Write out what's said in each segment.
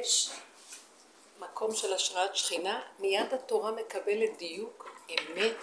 יש מקום של השראת שכינה, מיד התורה מקבלת דיוק, אמת,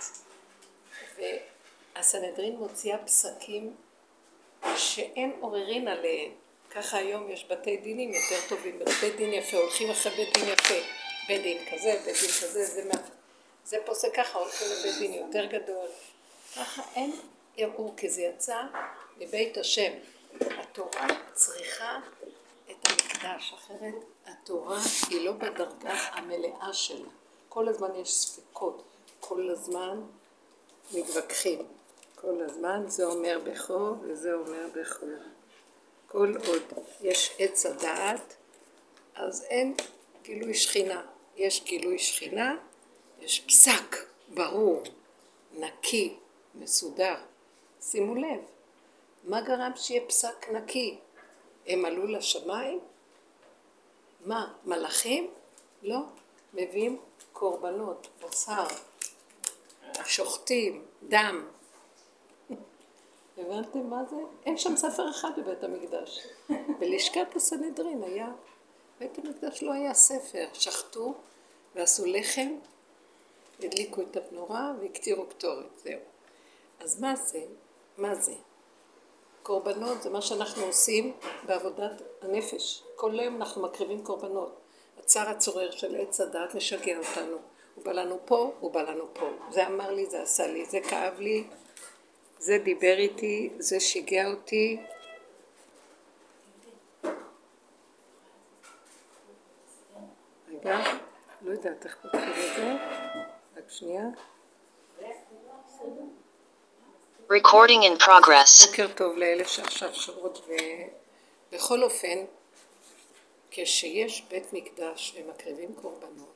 והסנהדרין מוציאה פסקים שאין עוררין עליהם. ככה היום יש בתי דינים יותר טובים, בית דין יפה, הולכים אחרי בית דין יפה, בית דין כזה, בית דין כזה, זה פוסק ככה, הולכים לבית דין יותר גדול. ככה אין ערעור, כי זה יצא מבית השם. התורה צריכה את המקדש, אחרת התורה היא לא בדרגה המלאה שלה. כל הזמן יש ספקות, כל הזמן מתווכחים. כל הזמן זה אומר בכו וזה אומר בכו. כל עוד יש עץ הדעת, אז אין גילוי שכינה. יש גילוי שכינה, יש פסק ברור, נקי, מסודר. שימו לב, מה גרם שיהיה פסק נקי? הם עלו לשמיים? מה, מלאכים? לא, מביאים קורבנות, בשר, שוחטים, דם. הבנתם מה זה? אין שם ספר אחד בבית המקדש. בלשכת הסנהדרין היה, בית המקדש לא היה ספר, שחטו ועשו לחם, הדליקו את המנורה והקטירו קטורת, זהו. אז מה זה? מה זה? קורבנות זה מה שאנחנו עושים בעבודת הנפש. כל יום אנחנו מקריבים קורבנות. הצער הצורר של עץ הדעת משגע אותנו. הוא בא לנו פה, הוא בא לנו פה. זה אמר לי, זה עשה לי, זה כאב לי, זה דיבר איתי, זה שיגע אותי. רגע, לא יודעת איך פותחים את זה. רק שנייה. Recording in progress. בוקר טוב לאלה שעכשיו שרות ובכל אופן, כשיש בית מקדש ומקריבים קורבנות,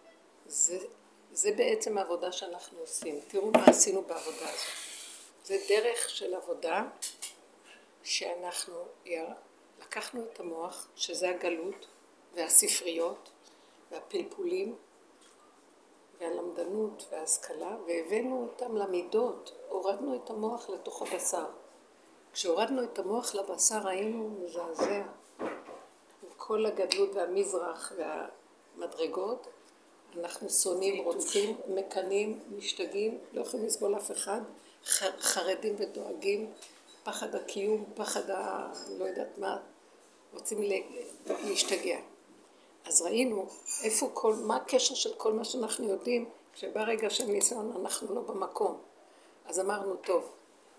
זה בעצם העבודה שאנחנו עושים. תראו מה עשינו בעבודה הזאת. זה דרך של עבודה שאנחנו לקחנו את המוח, שזה הגלות והספריות והפלפולים והלמדנות וההשכלה, והבאנו אותם למידות, הורדנו את המוח לתוך הבשר. כשהורדנו את המוח לבשר היינו מזעזע. כל הגדלות והמזרח והמדרגות, אנחנו שונאים, רוצים, מקנים, משתגעים, לא יכולים לסבול אף אחד, חרדים ודואגים, פחד הקיום, פחד לא יודעת מה, רוצים להשתגע. אז ראינו מה הקשר של כל מה שאנחנו יודעים, שבא רגע של ניסיון אנחנו לא במקום. אז אמרנו, טוב,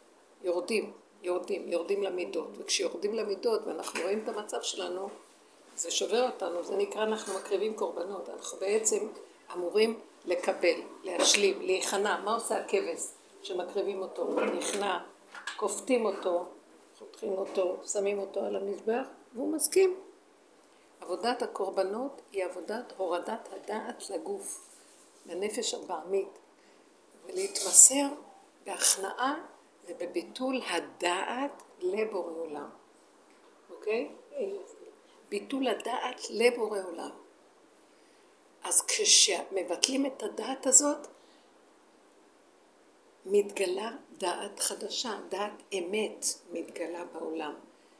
יורדים למידות, וכשיורדים למידות ואנחנו רואים את המצב שלנו, זה שובר אותנו, זה נקרא אנחנו מקריבים קורבנות, אנחנו בעצם אמורים לקבל, להשלים, להיכנע. מה עושה הכבש שמקריבים אותו? נכנע, כופתים אותו, חותכים אותו, שמים אותו על המזבח, והוא מסכים. עבודת הקורבנות היא עבודת הורדת הדעת לגוף, לנפש הבעמית, ולהתמסר בהכנעה ובביטול הדעת לבורא עולם. אוקיי? ביטול הדעת לבורא עולם. אז כשמבטלים את הדעת הזאת, מתגלה דעת חדשה, דעת אמת מתגלה בעולם.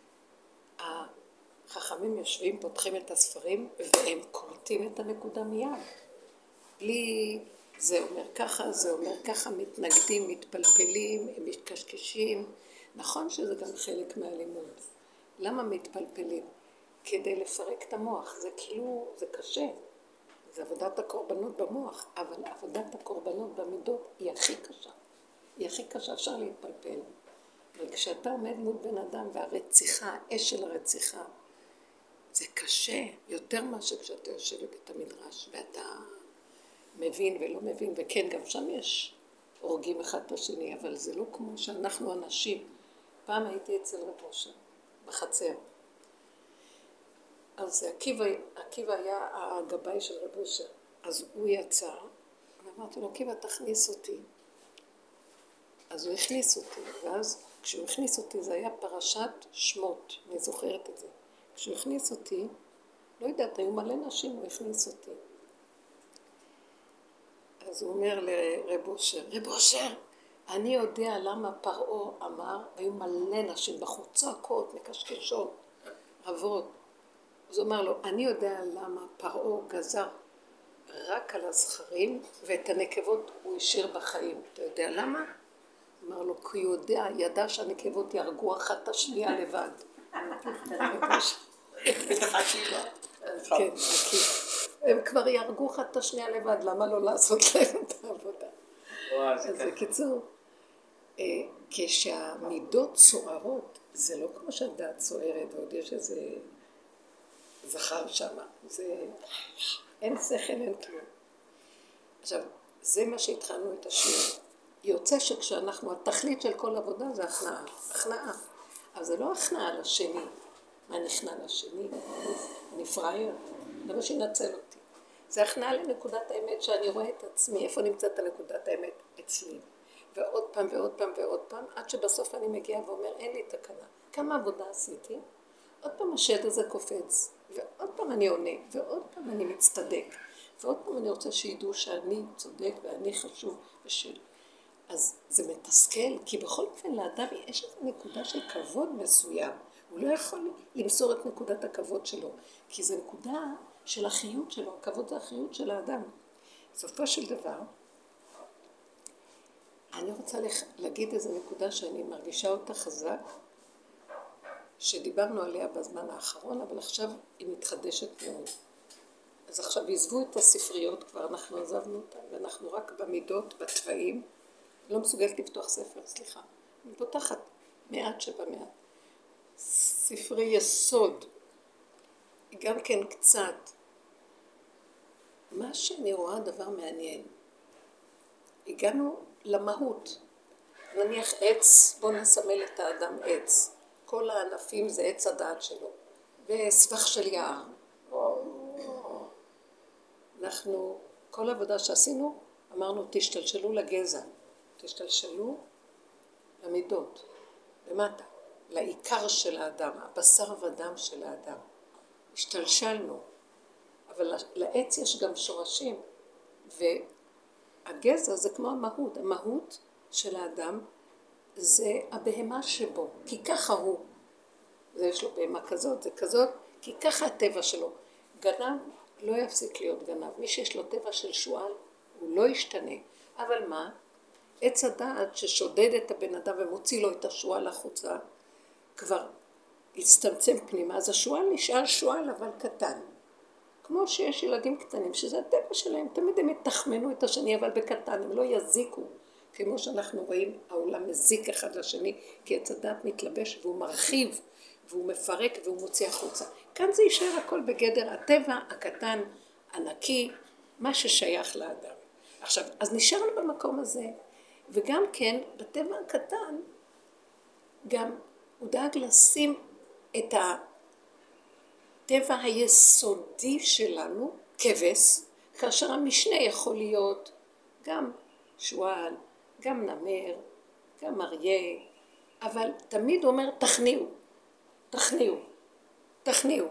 החכמים יושבים, פותחים את הספרים, והם קורטים את הנקודה מיד. בלי זה אומר ככה, זה אומר ככה, מתנגדים, מתפלפלים, הם מתקשקשים. נכון שזה גם חלק מהלימוד. למה מתפלפלים? כדי לפרק את המוח. זה כאילו, זה קשה. זה עבודת הקורבנות במוח, אבל עבודת הקורבנות במידות היא הכי קשה. היא הכי קשה, אפשר להתפלפל. אבל כשאתה עומד מול בן אדם והרציחה, האש של הרציחה, זה קשה יותר מאשר כשאתה יושב בבית המדרש ואתה מבין ולא מבין, וכן, גם שם יש הורגים אחד את השני, אבל זה לא כמו שאנחנו אנשים. פעם הייתי אצל רב אושר, בחצר. אז עקיבא היה הגבאי של רב אושר, אז הוא יצא, ואמרתי לו, עקיבא, תכניס אותי. אז הוא הכניס אותי, ואז כשהוא הכניס אותי, זה היה פרשת שמות, אני זוכרת את זה. כשהוא הכניס אותי, לא יודעת, היו מלא נשים, הוא הכניס אותי. אז הוא אומר לרב אושר, רב אושר, אני יודע למה פרעה אמר, היו מלא נשים בחוץ, צועקות, מקשקשות, רבות. אז הוא אמר לו, אני יודע למה פרעה גזר רק על הזכרים, ואת הנקבות הוא השאיר בחיים. אתה יודע למה? אמר לו, כי הוא ידע שהנקבות ירגו אחת את השנייה לבד. כן, הם כבר ירגו אחת את השנייה לבד, למה לא לעשות להם את העבודה? אז בקיצור, כשהמידות סוערות, זה לא כמו שהדעת סוערת, ועוד יש איזה זכר שם, זה אין שכל, אין כלום. עכשיו, זה מה שהתחלנו את השיר. יוצא שכשאנחנו, התכלית של כל עבודה זה הכנעה, הכנעה. אבל זה לא הכנעה לשני. מה נכנע לשני? אני פראייר, זה מה שינצל אותי. זה הכנעה לנקודת האמת שאני רואה את עצמי, איפה נמצאת הנקודת האמת אצלי. ועוד פעם ועוד פעם ועוד פעם, עד שבסוף אני מגיעה ואומר, אין לי תקנה. כמה עבודה עשיתי? עוד פעם השד הזה קופץ, ועוד פעם אני עונה, ועוד פעם אני מצטדק, ועוד פעם אני רוצה שידעו שאני צודק ואני חשוב ושל. אז זה מתסכל, כי בכל אופן לאדם יש איזו נקודה של כבוד מסוים. הוא לא יכול למסור את נקודת הכבוד שלו, כי זו נקודה של החיות שלו, הכבוד זה החיות של האדם. בסופו של דבר, אני רוצה להגיד איזו נקודה שאני מרגישה אותה חזק, שדיברנו עליה בזמן האחרון, אבל עכשיו היא מתחדשת מאוד. אז עכשיו עזבו את הספריות, כבר אנחנו עזבנו אותן, ואנחנו רק במידות, בטבעים. לא מסוגלת לפתוח ספר, סליחה. אני פותחת מעט שבמעט. ספרי יסוד, גם כן קצת. מה שאני רואה דבר מעניין, הגענו למהות. נניח עץ, בוא נסמל את האדם עץ. כל הענפים זה עץ הדעת שלו. וסבך של יער. אנחנו, כל העבודה שעשינו, אמרנו, תשתלשלו לגזע. תשתלשלו למידות, למטה, לעיקר של האדם, הבשר ודם של האדם. השתלשלנו, אבל לעץ יש גם שורשים, והגזע זה כמו המהות. המהות של האדם זה הבהמה שבו, כי ככה הוא. זה יש לו בהמה כזאת, זה כזאת, כי ככה הטבע שלו. גנב לא יפסיק להיות גנב. מי שיש לו טבע של שועל, הוא לא ישתנה. אבל מה? עץ הדעת ששודד את הבן אדם ומוציא לו את השועל החוצה, כבר הצטמצם פנימה, אז השועל נשאר שועל אבל קטן. כמו שיש ילדים קטנים, שזה הטבע שלהם, תמיד הם יתחמנו את השני, אבל בקטן, הם לא יזיקו. כמו שאנחנו רואים, העולם מזיק אחד לשני, כי עץ הדעת מתלבש והוא מרחיב, והוא מפרק והוא מוציא החוצה. כאן זה יישאר הכל בגדר הטבע הקטן, ענקי, מה ששייך לאדם. עכשיו, אז נשארנו במקום הזה, וגם כן, בטבע הקטן, גם הוא דאג לשים את הטבע היסודי שלנו, כבש, כאשר המשנה יכול להיות גם שועל, גם נמר, גם אריה, אבל תמיד הוא אומר, תכניעו, תכניעו, תכניעו.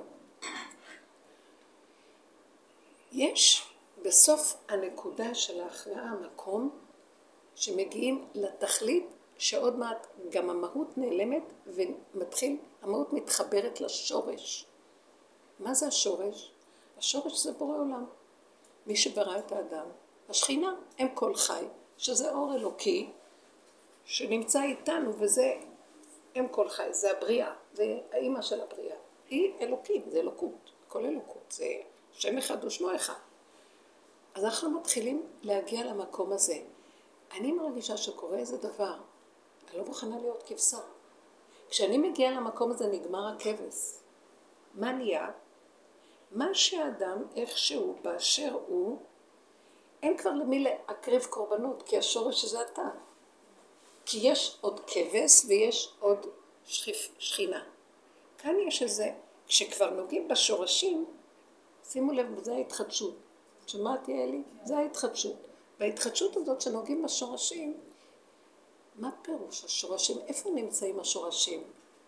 יש בסוף הנקודה של ההכנעה מקום שמגיעים לתכלית שעוד מעט גם המהות נעלמת ומתחיל, המהות מתחברת לשורש. מה זה השורש? השורש זה בורא עולם. מי שברא את האדם, השכינה, הם כל חי, שזה אור אלוקי שנמצא איתנו, וזה הם כל חי, זה הבריאה, זה האמא של הבריאה. היא אלוקית, זה אלוקות, כל אלוקות, זה שם אחד ושמו אחד. אז אנחנו מתחילים להגיע למקום הזה. אני מרגישה שקורה איזה דבר, אני לא מוכנה להיות כבשה. כשאני מגיעה למקום הזה נגמר הכבש. מה נהיה? מה שהאדם איכשהו באשר הוא, אין כבר למי להקריב קורבנות, כי השורש זה אתה. כי יש עוד כבש ויש עוד שכינה. כאן יש איזה, כשכבר נוגעים בשורשים, שימו לב, זה ההתחדשות. שמעתי אלי? זה ההתחדשות. בהתחדשות הזאת שנוגעים בשורשים, מה פירוש השורשים? איפה נמצאים השורשים?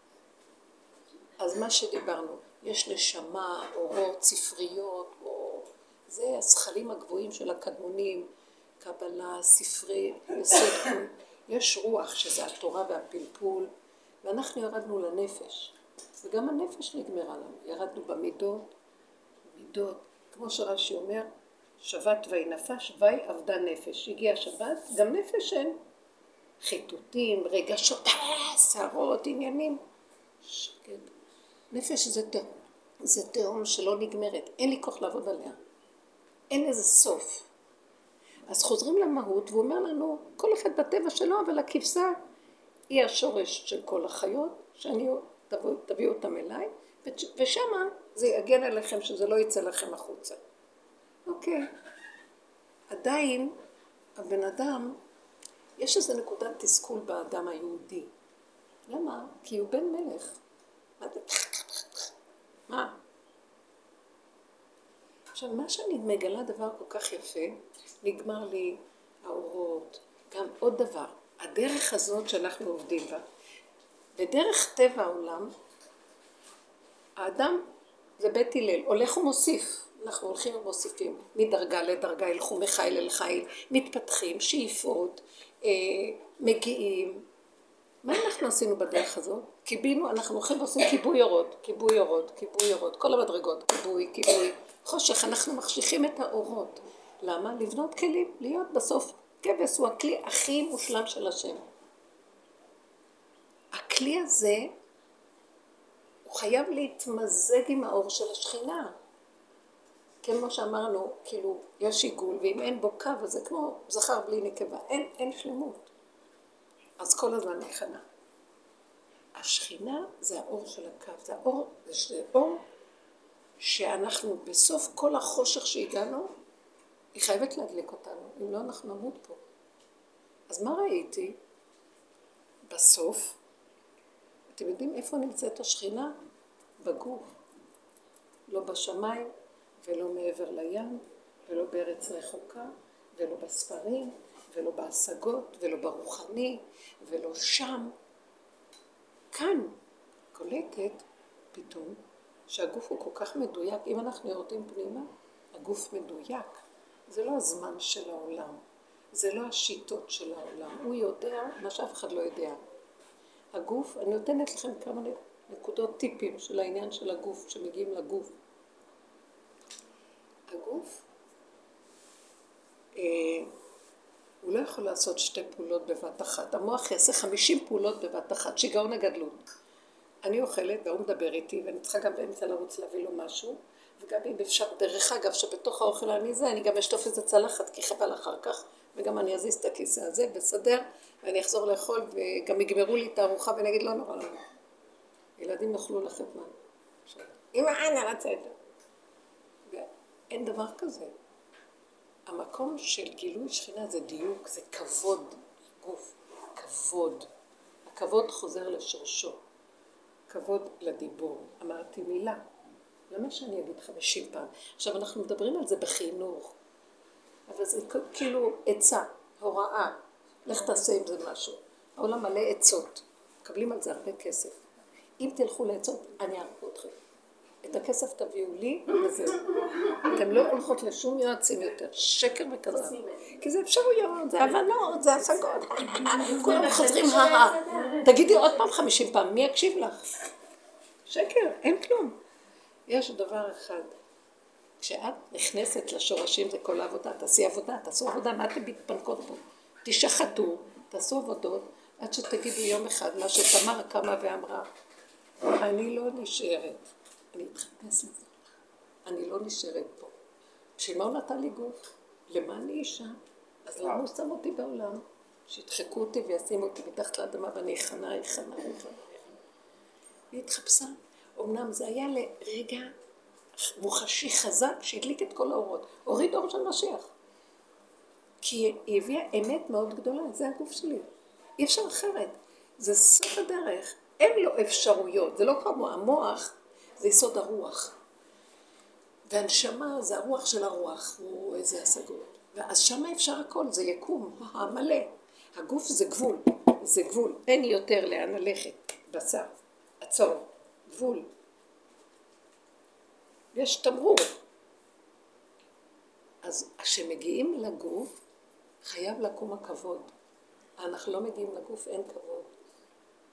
אז מה שדיברנו, יש נשמה, אורות, ספריות, זה השכלים הגבוהים של הקדמונים, קבלה, ספרי, יסוד, יש רוח שזה התורה והפלפול, ואנחנו ירדנו לנפש. וגם הנפש נגמרה לנו. ירדנו במידות, כמו שרש"י אומר, שבת ויהי נפש, ויהי אבדה נפש. הגיעה שבת, גם נפש אין. חיתותים, רגשות, שערות, עניינים. שקט. נפש זה תהום שלא נגמרת, אין לי כוח לעבוד עליה. אין איזה סוף. אז חוזרים למהות, והוא אומר לנו, כל אחד בטבע שלו, אבל הכבשה היא השורש של כל החיות, תביאו אותם אליי, ושמה זה יגן עליכם שזה לא יצא לכם החוצה. אוקיי. עדיין, הבן אדם, יש איזו נקודת תסכול באדם היהודי. למה? כי הוא בן מלך. מה זה? מה? עכשיו, מה שאני מגלה דבר כל כך יפה, נגמר לי האורות, גם עוד דבר, הדרך הזאת שאנחנו עובדים בה, בדרך טבע העולם, האדם זה בית הלל, הולך ומוסיף, אנחנו הולכים ומוסיפים, מדרגה לדרגה, ילכו מחיל אל חיל, מתפתחים, שאיפות, מגיעים. מה אנחנו עשינו בדרך הזאת? קיבינו, אנחנו הולכים ועושים כיבוי אורות, כיבוי אורות, כיבוי אורות, כל המדרגות, כיבוי, חושך, אנחנו מחשיכים את האורות. למה? לבנות כלים, להיות בסוף. כבש הוא הכלי הכי מושלם של השם. הכלי הזה, הוא חייב להתמזג עם האור של השכינה. כמו שאמרנו, כאילו, יש עיגול, ואם אין בו קו, אז זה כמו זכר בלי נקבה, אין שלמות. אז כל הזמן נכנה. השכינה זה האור של הקו, זה האור שאנחנו בסוף כל החושך שהגענו, היא חייבת להדליק אותנו, אם לא אנחנו נמות פה. אז מה ראיתי? בסוף, אתם יודעים איפה נמצאת השכינה? בגוף. לא בשמיים, ולא מעבר לים, ולא בארץ רחוקה, ולא בספרים, ולא בהשגות, ולא ברוחני, ולא שם. כאן קולטת פתאום שהגוף הוא כל כך מדויק. אם אנחנו יורדים פנימה, הגוף מדויק. זה לא הזמן של העולם, זה לא השיטות של העולם. הוא יודע מה שאף אחד לא יודע. הגוף, אני נותנת לכם כמה נקודות טיפים של העניין של הגוף, שמגיעים לגוף. הגוף, הוא לא יכול לעשות 2 פעולות בבת אחת. המוח יעשה 50 פעולות בבת אחת, שיגעון הגדלות. אני אוכלת והוא מדבר איתי, ואני צריכה גם באמצע לרוץ להביא לו משהו, וגם אם אפשר, דרך אגב, שבתוך האוכל אני גם אשטוף איזה צלחת, כי חבל אחר כך, וגם אני אזיז את הכיסא הזה, בסדר, ואני אחזור לאכול, וגם יגמרו לי את הארוחה, ואני אגיד, לא נורא לנו. ילדים יאכלו לכם מה. אמא, אני רצה את זה. אין דבר כזה. המקום של גילוי שכינה זה דיוק, זה כבוד גוף, כבוד. הכבוד חוזר לשורשו. כבוד לדיבור. אמרתי מילה. למה שאני אגיד 50 פעם? עכשיו אנחנו מדברים על זה בחינוך. אבל זה כאילו עצה, הוראה. לך תעשה עם זה משהו. העולם מלא עצות. מקבלים על זה הרבה כסף. אם תלכו לעצות, אני אערפו אתכם. את הכסף תביאו לי, וזהו. אתם לא הולכות לשום יועצים יותר. שקר וכזב. כי זה אפשרויות, זה הבנות, זה השגות. כולם חוזרים תגידי עוד פעם 50 פעם, מי יקשיב לך? שקר, אין כלום. יש דבר אחד. כשאת נכנסת לשורשים זה כל העבודה, תעשי עבודה, תעשו עבודה, מה אתם מתפנקות פה? תשחטו, תעשו עבודות, עד שתגידו יום אחד מה שתמר קמה ואמרה, אני לא נשארת, אני אתחפש לזה, אני לא נשארת פה. שמה הוא נתן לי גוף? למה אני אישה? אז למה הוא שם אותי בעולם? שידחקו אותי וישימו אותי מתחת לאדמה ואני אכנה. היא התחפשה. אמנם זה היה לרגע מוחשי חזק שהדליק את כל האורות. הוריד אור של משיח. כי היא הביאה אמת מאוד גדולה, זה הגוף שלי. אי אפשר אחרת. זה סוף הדרך. אין לו אפשרויות. זה לא כמו המוח, זה יסוד הרוח. והנשמה זה הרוח של הרוח, הוא איזה השגות. ואז שמה אפשר הכל, זה יקום, מלא. הגוף זה גבול, זה גבול. אין יותר לאן ללכת, בשר, עצור, גבול. יש תמרור. אז כשמגיעים לגוף, חייב לקום הכבוד. אנחנו לא מגיעים לגוף, אין כבוד.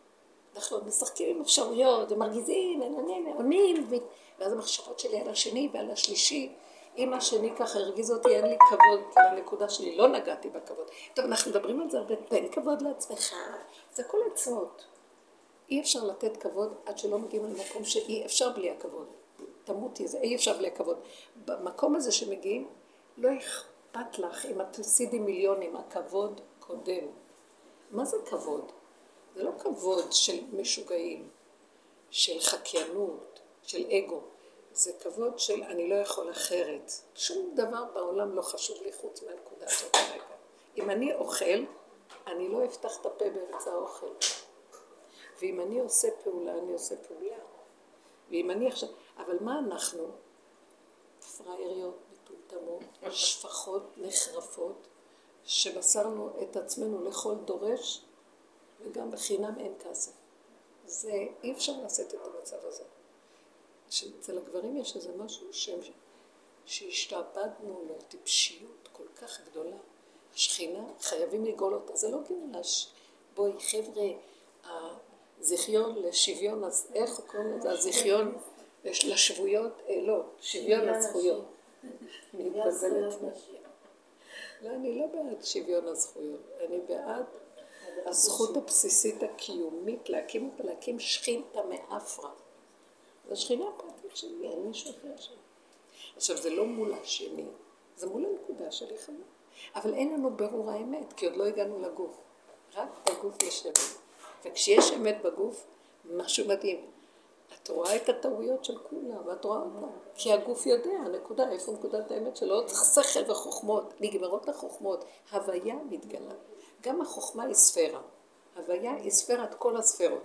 אנחנו עוד משחקים עם אפשרויות, ומרגיזים, עונים, ואז המחשבות שלי על השני ועל השלישי, אם השני ככה הרגיז אותי, אין לי כבוד לנקודה שלי, לא נגעתי בכבוד. טוב, אנחנו מדברים על זה הרבה, תן כבוד לעצמך, זה כל עצמות. אי אפשר לתת כבוד עד שלא מגיעים למקום שאי אפשר בלי הכבוד. תמותי, זה אי אפשר בלי הכבוד. במקום הזה שמגיעים, לא אכפת לך אם את תפסידי מיליונים, הכבוד קודם. מה זה כבוד? זה לא כבוד של משוגעים, של חקיינות, של אגו. זה כבוד של אני לא יכול אחרת. שום דבר בעולם לא חשוב לי חוץ מהנקודה הזאת הרגע. אם אני אוכל, אני לא אפתח את הפה באמצע האוכל. ואם אני עושה פעולה, אני עושה פעולה. ואם אני עכשיו... אבל מה אנחנו? פרייריות, מטומטמות, שפחות, נחרפות, שבשרנו את עצמנו לכל דורש, וגם בחינם אין כסף. זה אי אפשר לעשות את המצב הזה. אצל הגברים יש איזה משהו שהשתעבדנו לו, טיפשיות כל כך גדולה. השכינה, חייבים לגאול אותה. זה לא גאולה. בואי חבר'ה, הזיכיון לשוויון, אז איך קוראים לזה? הזיכיון לשבויות, לא, שוויון הזכויות. אני מתבזלת. לא, אני לא בעד שוויון הזכויות. אני בעד הזכות הבסיסית הקיומית, להקים שכינתה מאפרה. זו שכינה הפרטית שלי, אין מישהו אחר שלי. עכשיו, זה לא מול השני, זה מול הנקודה שלי חמה. אבל אין לנו ברור האמת, כי עוד לא הגענו לגוף. רק בגוף יש אמת. וכשיש אמת בגוף, משהו מדהים. את רואה את הטעויות של כולם, ואת רואה אותה. כי הגוף יודע, הנקודה, איפה נקודת האמת שלו? צריך שכל וחוכמות, נגמרות לחוכמות. הוויה מתגלה. גם החוכמה היא ספירה. הוויה היא ספירת כל הספירות.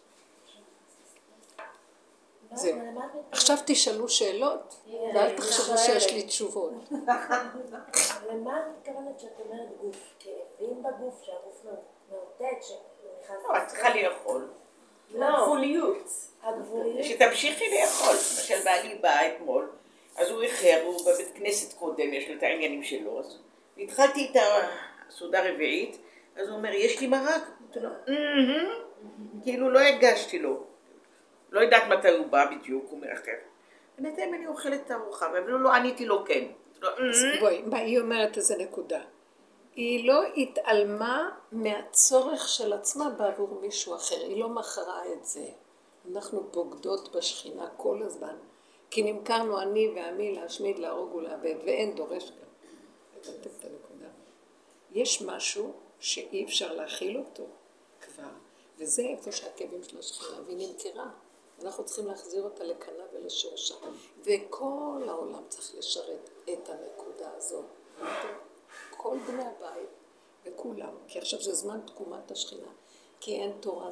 זהו. עכשיו תשאלו שאלות, ואל תחשבו שיש לי תשובות. למה את מתכוונת שאת אומרת גוף? כאבים בגוף, שהגוף מאותת, לא, את צריכה לאכול. לא. הגבוליות. הגבוליות. שתמשיכי לאכול. למשל בעלי בא אתמול, אז הוא איחר, הוא בבית כנסת קודם, יש לו את העניינים שלו. אז התחלתי את הסעודה הרביעית, אז הוא אומר, יש לי מרק? אמרתי לו, כאילו לא הגשתי לו. לא יודעת מתי הוא בא בדיוק, הוא מאחר. בינתיים אני אוכלת את הארוחה, ואפילו לא עניתי לו כן. בואי, מה היא אומרת איזה נקודה? היא לא התעלמה מהצורך של עצמה בעבור מישהו אחר, היא לא מכרה את זה. אנחנו בוגדות בשכינה כל הזמן, כי נמכרנו אני ועמי להשמיד, להרוג ולאבד, ואין דורש גם. הבנתם את הנקודה? יש משהו שאי אפשר להכיל אותו כבר, וזה איפה שהכאבים של השכינה, והיא נמכרה. אנחנו צריכים להחזיר אותה לקנה ולשורשה, וכל העולם צריך לשרת את הנקודה הזאת. כל בני הבית וכולם, כי עכשיו זה זמן תקומת השכינה, כי אין תורה,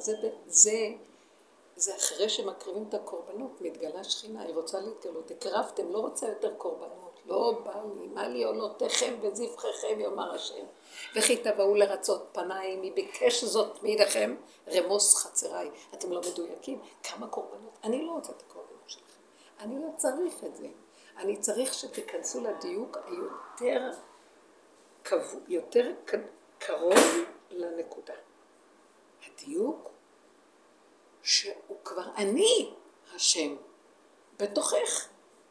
זה אחרי שמקריבים את הקורבנות, מתגלה שכינה, היא רוצה להתגלות, הקרבתם, לא רוצה יותר קורבנות, לא בא לי, מה לי עולותיכם וזבחיכם יאמר השם, וכי תבואו לרצות פניי, מי ביקש זאת מידכם, רמוס חצריי, אתם לא מדויקים, כמה קורבנות, אני לא רוצה את הקורבנות שלכם, אני לא צריך את זה, אני צריך שתיכנסו לדיוק יותר קרוב לנקודה. הדיוק שהוא כבר אני השם בתוכך.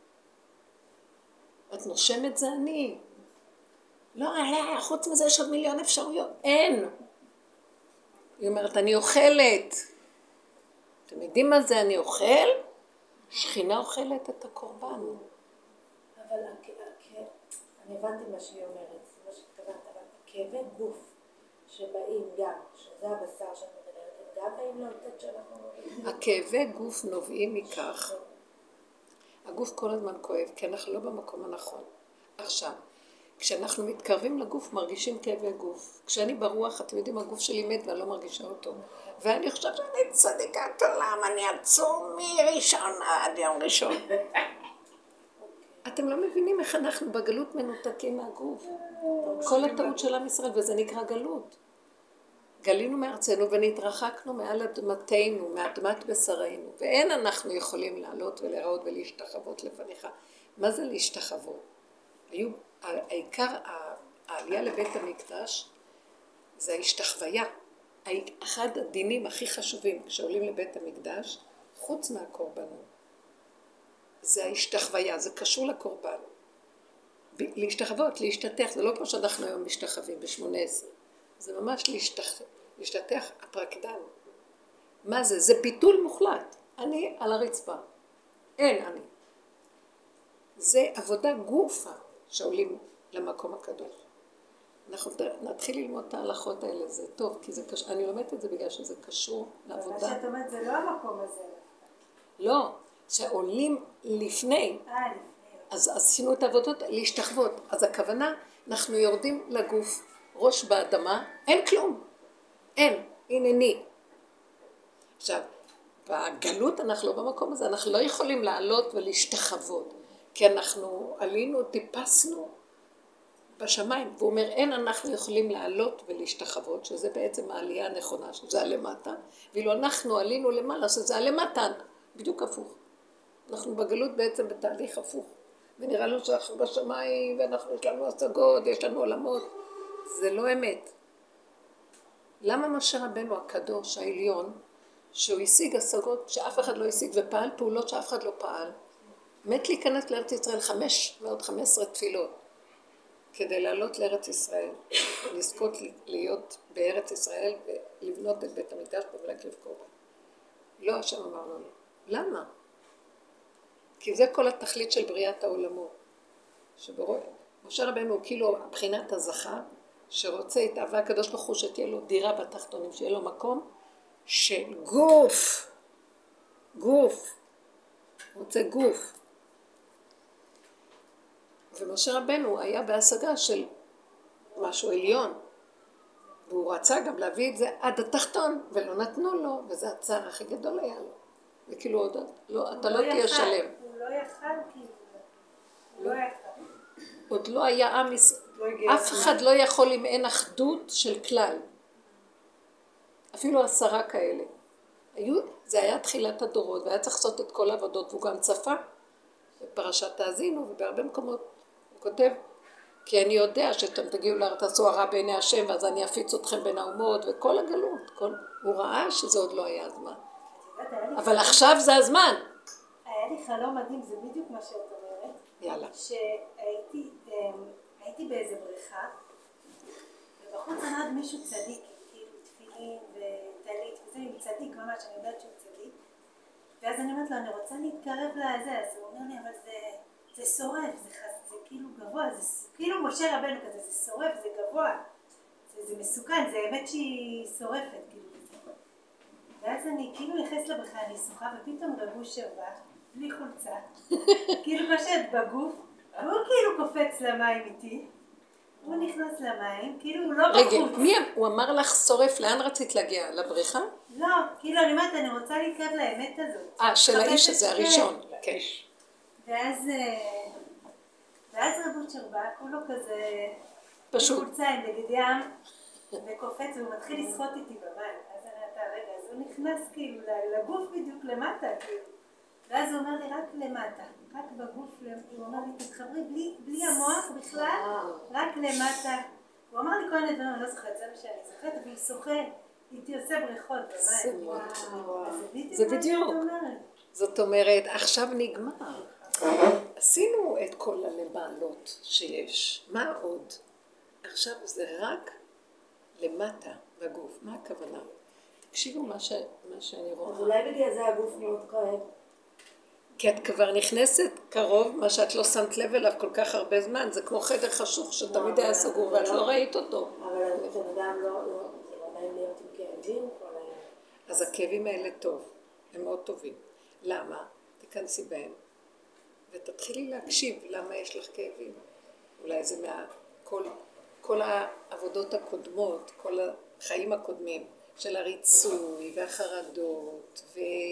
את נושמת זה אני. לא, חוץ מזה יש עוד מיליון אפשרויות. אין. היא אומרת, אני אוכלת. אתם יודעים מה זה אני אוכל? שכינה אוכלת את הקורבן. אבל אני הבנתי מה שהיא אומרת, מה שהתכוונת, אבל כאבי גוף שבאים גם, שזה הבשר שאת מדברת, הם גם באים לאותת שאנחנו מורידים. הכאבי גוף נובעים מכך. הגוף כל הזמן כואב, כי אנחנו לא במקום הנכון. עכשיו, כשאנחנו מתקרבים לגוף, מרגישים כאבי גוף. כשאני ברוח, אתם יודעים, הגוף שלי מת ואני לא מרגישה אותו. ואני חושבת שאני צדיקת עולם, אני עצום מראשון עד יום ראשון. אתם לא מבינים איך אנחנו בגלות מנותקים מהגוף. כל הטעות של עם ישראל, וזה נקרא גלות. גלינו מארצנו ונתרחקנו מעל אדמתנו, מאדמת בשרנו, ואין אנחנו יכולים לעלות ולראות ולהשתחוות לפניך. מה זה להשתחוות? העיקר העלייה לבית המקדש זה ההשתחוויה. אחד הדינים הכי חשובים כשעולים לבית המקדש, חוץ מהקורבנות, זה ההשתחוויה, זה קשור לקורבן. להשתחוות, להשתתח, זה לא כמו שאנחנו היום משתחווים ב-18. זה ממש להשתתח הפרקדן. מה זה? זה ביטול מוחלט. אני על הרצפה. אין אני. זה עבודה גופה שעולים למקום הקדוש. אנחנו נתחיל ללמוד את ההלכות האלה, זה טוב, כי זה קשור, אני לומדת את זה בגלל שזה קשור לעבודה. מה שאת אומרת זה לא המקום הזה. לא, שעולים לפני. אז עשינו את העבודות להשתחוות. אז הכוונה, אנחנו יורדים לגוף, ראש באדמה, אין כלום. אין, הנני. עכשיו, בגלות אנחנו לא במקום הזה, אנחנו לא יכולים לעלות ולהשתחוות, כי אנחנו עלינו, טיפסנו בשמיים, והוא אומר, אין אנחנו יכולים לעלות ולהשתחוות, שזה בעצם העלייה הנכונה, שזה הלמטה, ואילו אנחנו עלינו למעלה, שזה הלמטה, בדיוק הפוך. אנחנו בגלות בעצם בתהליך הפוך, ונראה לנו שאנחנו בשמיים, ואנחנו יש לנו השגות, יש לנו עולמות, זה לא אמת. למה משה רבנו הקדוש, העליון, שהוא השיג השגות שאף אחד לא השיג, ופעל פעולות שאף אחד לא פעל, מת להיכנס לארץ ישראל 515 תפילות, כדי לעלות לארץ ישראל, לזכות להיות בארץ ישראל, ולבנות את בית המקדש ולהקריב קורבן. לא השם אמר לנו. למה? כי זה כל התכלית של בריאת העולמות. משה רבנו הוא כאילו מבחינת הזכה, שרוצה את אהבה הקדוש ברוך הוא שתהיה לו דירה בתחתונים, שיהיה לו מקום של גוף, רוצה גוף. ומשה רבנו היה בהשגה של משהו עליון, והוא רצה גם להביא את זה עד התחתון, ולא נתנו לו, וזה הצער הכי גדול היה לו. וכאילו עוד, לא, אתה לא תהיה שלם. הוא לא יכל כאילו, הוא לא יכל. עוד לא היה עם, אף אחד לא יכול אם אין אחדות של כלל. אפילו 10 כאלה. זה היה תחילת הדורות, והיה צריך לעשות את כל העבודות, והוא גם צפה בפרשת האזינו, ובהרבה מקומות הוא כותב, כי אני יודע שאתם תגיעו לארץ תעשו הרע בעיני השם, ואז אני אפיץ אתכם בין האומות, וכל הגלות, הוא ראה שזה עוד לא היה הזמן. אבל עכשיו זה הזמן. היה לי חלום מדהים, זה בדיוק מה שאת אומרת. יאללה. שהייתי באיזה בריכה, ובחוץ עמד מישהו צדיק, כאילו תפילין וטלית, וזה עם צדיק ממש, אני יודעת שהוא צדיק. ואז אני אומרת לו, אני רוצה להתקרב לזה, אז הוא אומר לי, אבל זה שורף, זה כאילו גבוה, זה כאילו משה רבנו כזה, זה שורף, זה גבוה, זה מסוכן, זה האמת שהיא שורפת, כאילו. ואז אני כאילו נכנס לבריכה, אני שוחה, ופתאום רבוש שבא, בלי חולצה, כאילו קושט בגוף, והוא כאילו קופץ למים איתי, הוא נכנס למים, כאילו הוא לא בחוץ. רגע, הוא אמר לך שורף, לאן רצית להגיע? לבריכה? לא, כאילו אני אומרת, אני רוצה להתקרב לאמת הזאת. של האיש הזה, הראשון. כן. ואז רבוש שבא, כולו כזה, פשוט. חולצה עם בגד ים, וקופץ, והוא מתחיל לשחות איתי במים. אז אני אומרת, רגע, אז הוא נכנס כאילו לגוף בדיוק למטה, כאילו. ואז הוא אומר לי, רק למטה, רק בגוף, הוא אומר לי, תתחברי בלי המוח בכלל, רק למטה. הוא אמר לי כל מיני דברים, אני לא זוכרת, זה מה שאני זוכרת, אבל הוא שוחה, איתי עושה בריכות במים. זה בדיוק. זאת אומרת, עכשיו נגמר. עשינו את כל הלמעלות שיש. מה עוד? עכשיו זה רק למטה בגוף. מה הכוונה? תקשיבו מה שאני רואה. אז אולי בגלל זה הגוף מאוד כואב. כי את כבר נכנסת קרוב, מה שאת לא שמת לב אליו כל כך הרבה זמן, זה כמו חדר חשוך שתמיד היה סגור ואת לא ראית אותו. אבל בן אדם לא, זה לא עדיין להיות עם כאבים. אז הכאבים האלה טוב, הם מאוד טובים. למה? תכנסי בהם ותתחילי להקשיב למה יש לך כאבים. אולי זה כל העבודות הקודמות, כל החיים הקודמים של הריצוי והחרדות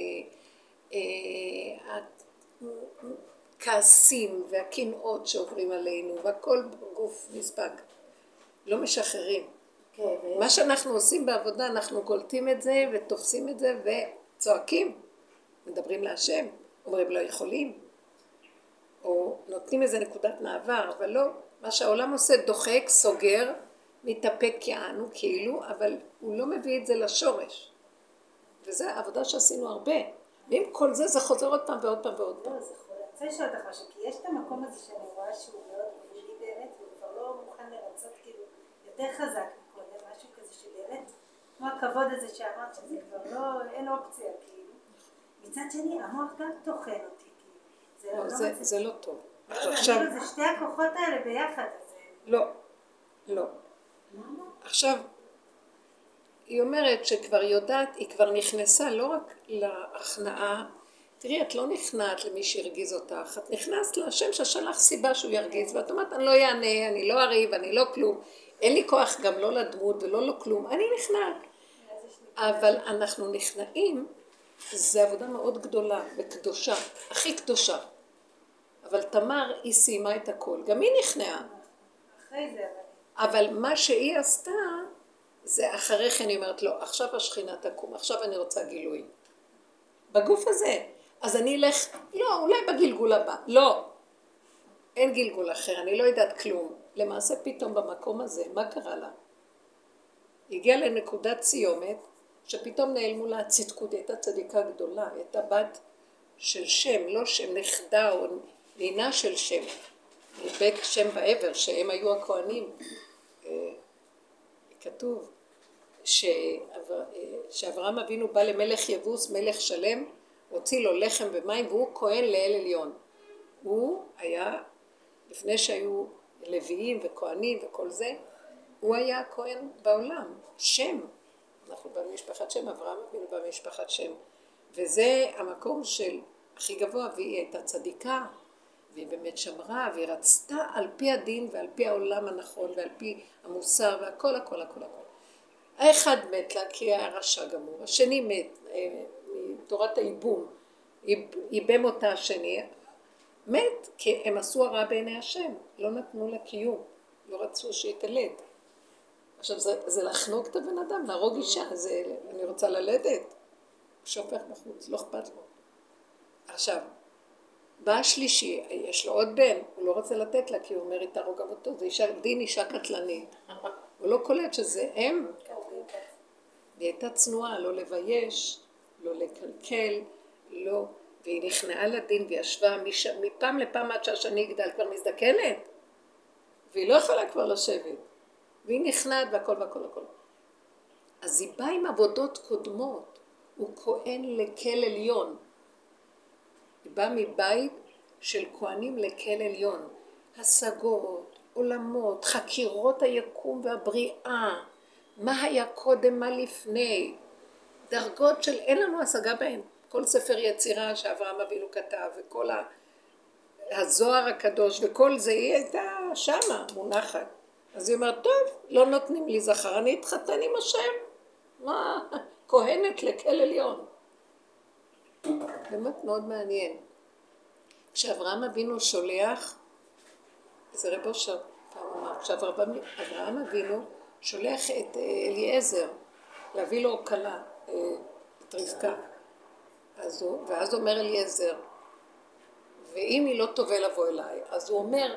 הכעסים והקנאות שעוברים עלינו, והכל גוף נספג. לא משחררים. מה שאנחנו עושים בעבודה, אנחנו קולטים את זה ותופסים את זה וצועקים. מדברים להשם, אומרים לא יכולים. או נותנים איזה נקודת מעבר, אבל לא. מה שהעולם עושה דוחק, סוגר, מתאפק יענו כאילו, אבל הוא לא מביא את זה לשורש. וזו העבודה שעשינו הרבה. ועם כל זה, זה חוזר עוד פעם ועוד פעם ועוד פעם. לא, זה חולה. אני רוצה לשאול אותך משהו, כי יש את המקום הזה שאני רואה שהוא מאוד גבולי באמת, והוא כבר לא מוכן לרצות כאילו יותר חזק מקודם, משהו כזה שבאמת, כמו הכבוד הזה שאמרת, שזה כבר לא, אין אופציה כאילו. מצד שני, המוח גם טוחן אותי, כאילו. זה לא טוב. עכשיו, זה שתי הכוחות האלה ביחד, אז... לא. עכשיו, היא אומרת שכבר יודעת, היא כבר נכנסה לא רק להכנעה, תראי, את לא נכנעת למי שהרגיז אותך, את נכנסת להשם ששלח סיבה שהוא ירגיז, ואת אומרת, אני לא יענה, אני לא אריב, אני לא כלום, אין לי כוח גם לא לדמות ולא לכלום, אני נכנעת. אבל אנחנו נכנעים, זו עבודה מאוד גדולה וקדושה, הכי קדושה. אבל תמר, היא סיימה את הכל, גם היא נכנעה. אחרי זה, אבל מה שהיא עשתה, זה אחרי כן היא אומרת לו, עכשיו השכינה תקום, עכשיו אני רוצה גילוי. בגוף הזה. אז אני אלך, לא, אולי בגלגול הבא. לא. אין גלגול אחר, אני לא יודעת כלום. למעשה פתאום במקום הזה, מה קרה לה? היא הגיעה לנקודת סיומת, שפתאום נעלמו לה הצדקות, הייתה צדיקה גדולה, הייתה בת של שם, לא שם, נכדה או נינה של שם. בית שם ועבר, שהם היו הכהנים. כתוב שאברהם אבינו בא למלך יבוס, מלך שלם, הוציא לו לחם ומים, והוא כהן לאל עליון. הוא היה, לפני שהיו לוויים וכהנים וכל זה, הוא היה הכהן בעולם, שם. אנחנו במשפחת שם, אברהם אבינו במשפחת שם. וזה המקום של הכי גבוה, והיא הייתה צדיקה, והיא באמת שמרה, והיא רצתה על פי הדין ועל פי העולם הנכון ועל פי המוסר והכל, הכל, הכל, הכל. האחד מת לה כי היה רשע גמור, השני מת מתורת האיבום, איבם אותה השני, מת כי הם עשו הרע בעיני השם, לא נתנו לה קיום, לא רצו שיתלד. עכשיו זה לחנוק את הבן אדם, להרוג אישה, אני רוצה ללדת, שופך בחוץ, לא אכפת לו. עכשיו, בא השלישי, יש לו עוד בן, הוא לא רוצה לתת לה כי הוא אומר איתה רוגם אותו, זה דין אישה קטלנית. הוא לא קולט שזה הם. והיא הייתה צנועה, לא לבייש, לא לקלקל, לא. והיא נכנעה לדין וישבה מפעם לפעם עד שהשני יגדל כבר מזדקנת. והיא לא יכולה כבר לשבת. והיא נכנעת והכל והכל והכל. אז היא באה עם עבודות קודמות. הוא כהן לכל עליון. היא באה מבית של כהנים לכל עליון. השגות, עולמות, חקירות היקום והבריאה. מה היה קודם, מה לפני. דרגות של אין לנו השגה בהן. כל ספר יצירה שאברהם אבינו כתב וכל הזוהר הקדוש וכל זה היא הייתה שמה מונחת. אז היא אומרת, טוב, לא נותנים לי זכר, אני אתחתן עם השם. מה? כהנת לכל עליון. באמת מאוד מעניין. כשאברהם אבינו שולח, זה רב אושר פעם אמר, כשאברהם אבינו שולח את אליעזר להביא לו כלה, את רבקה. ואז אומר אליעזר, ואם היא לא תובע לבוא אליי, אז הוא אומר,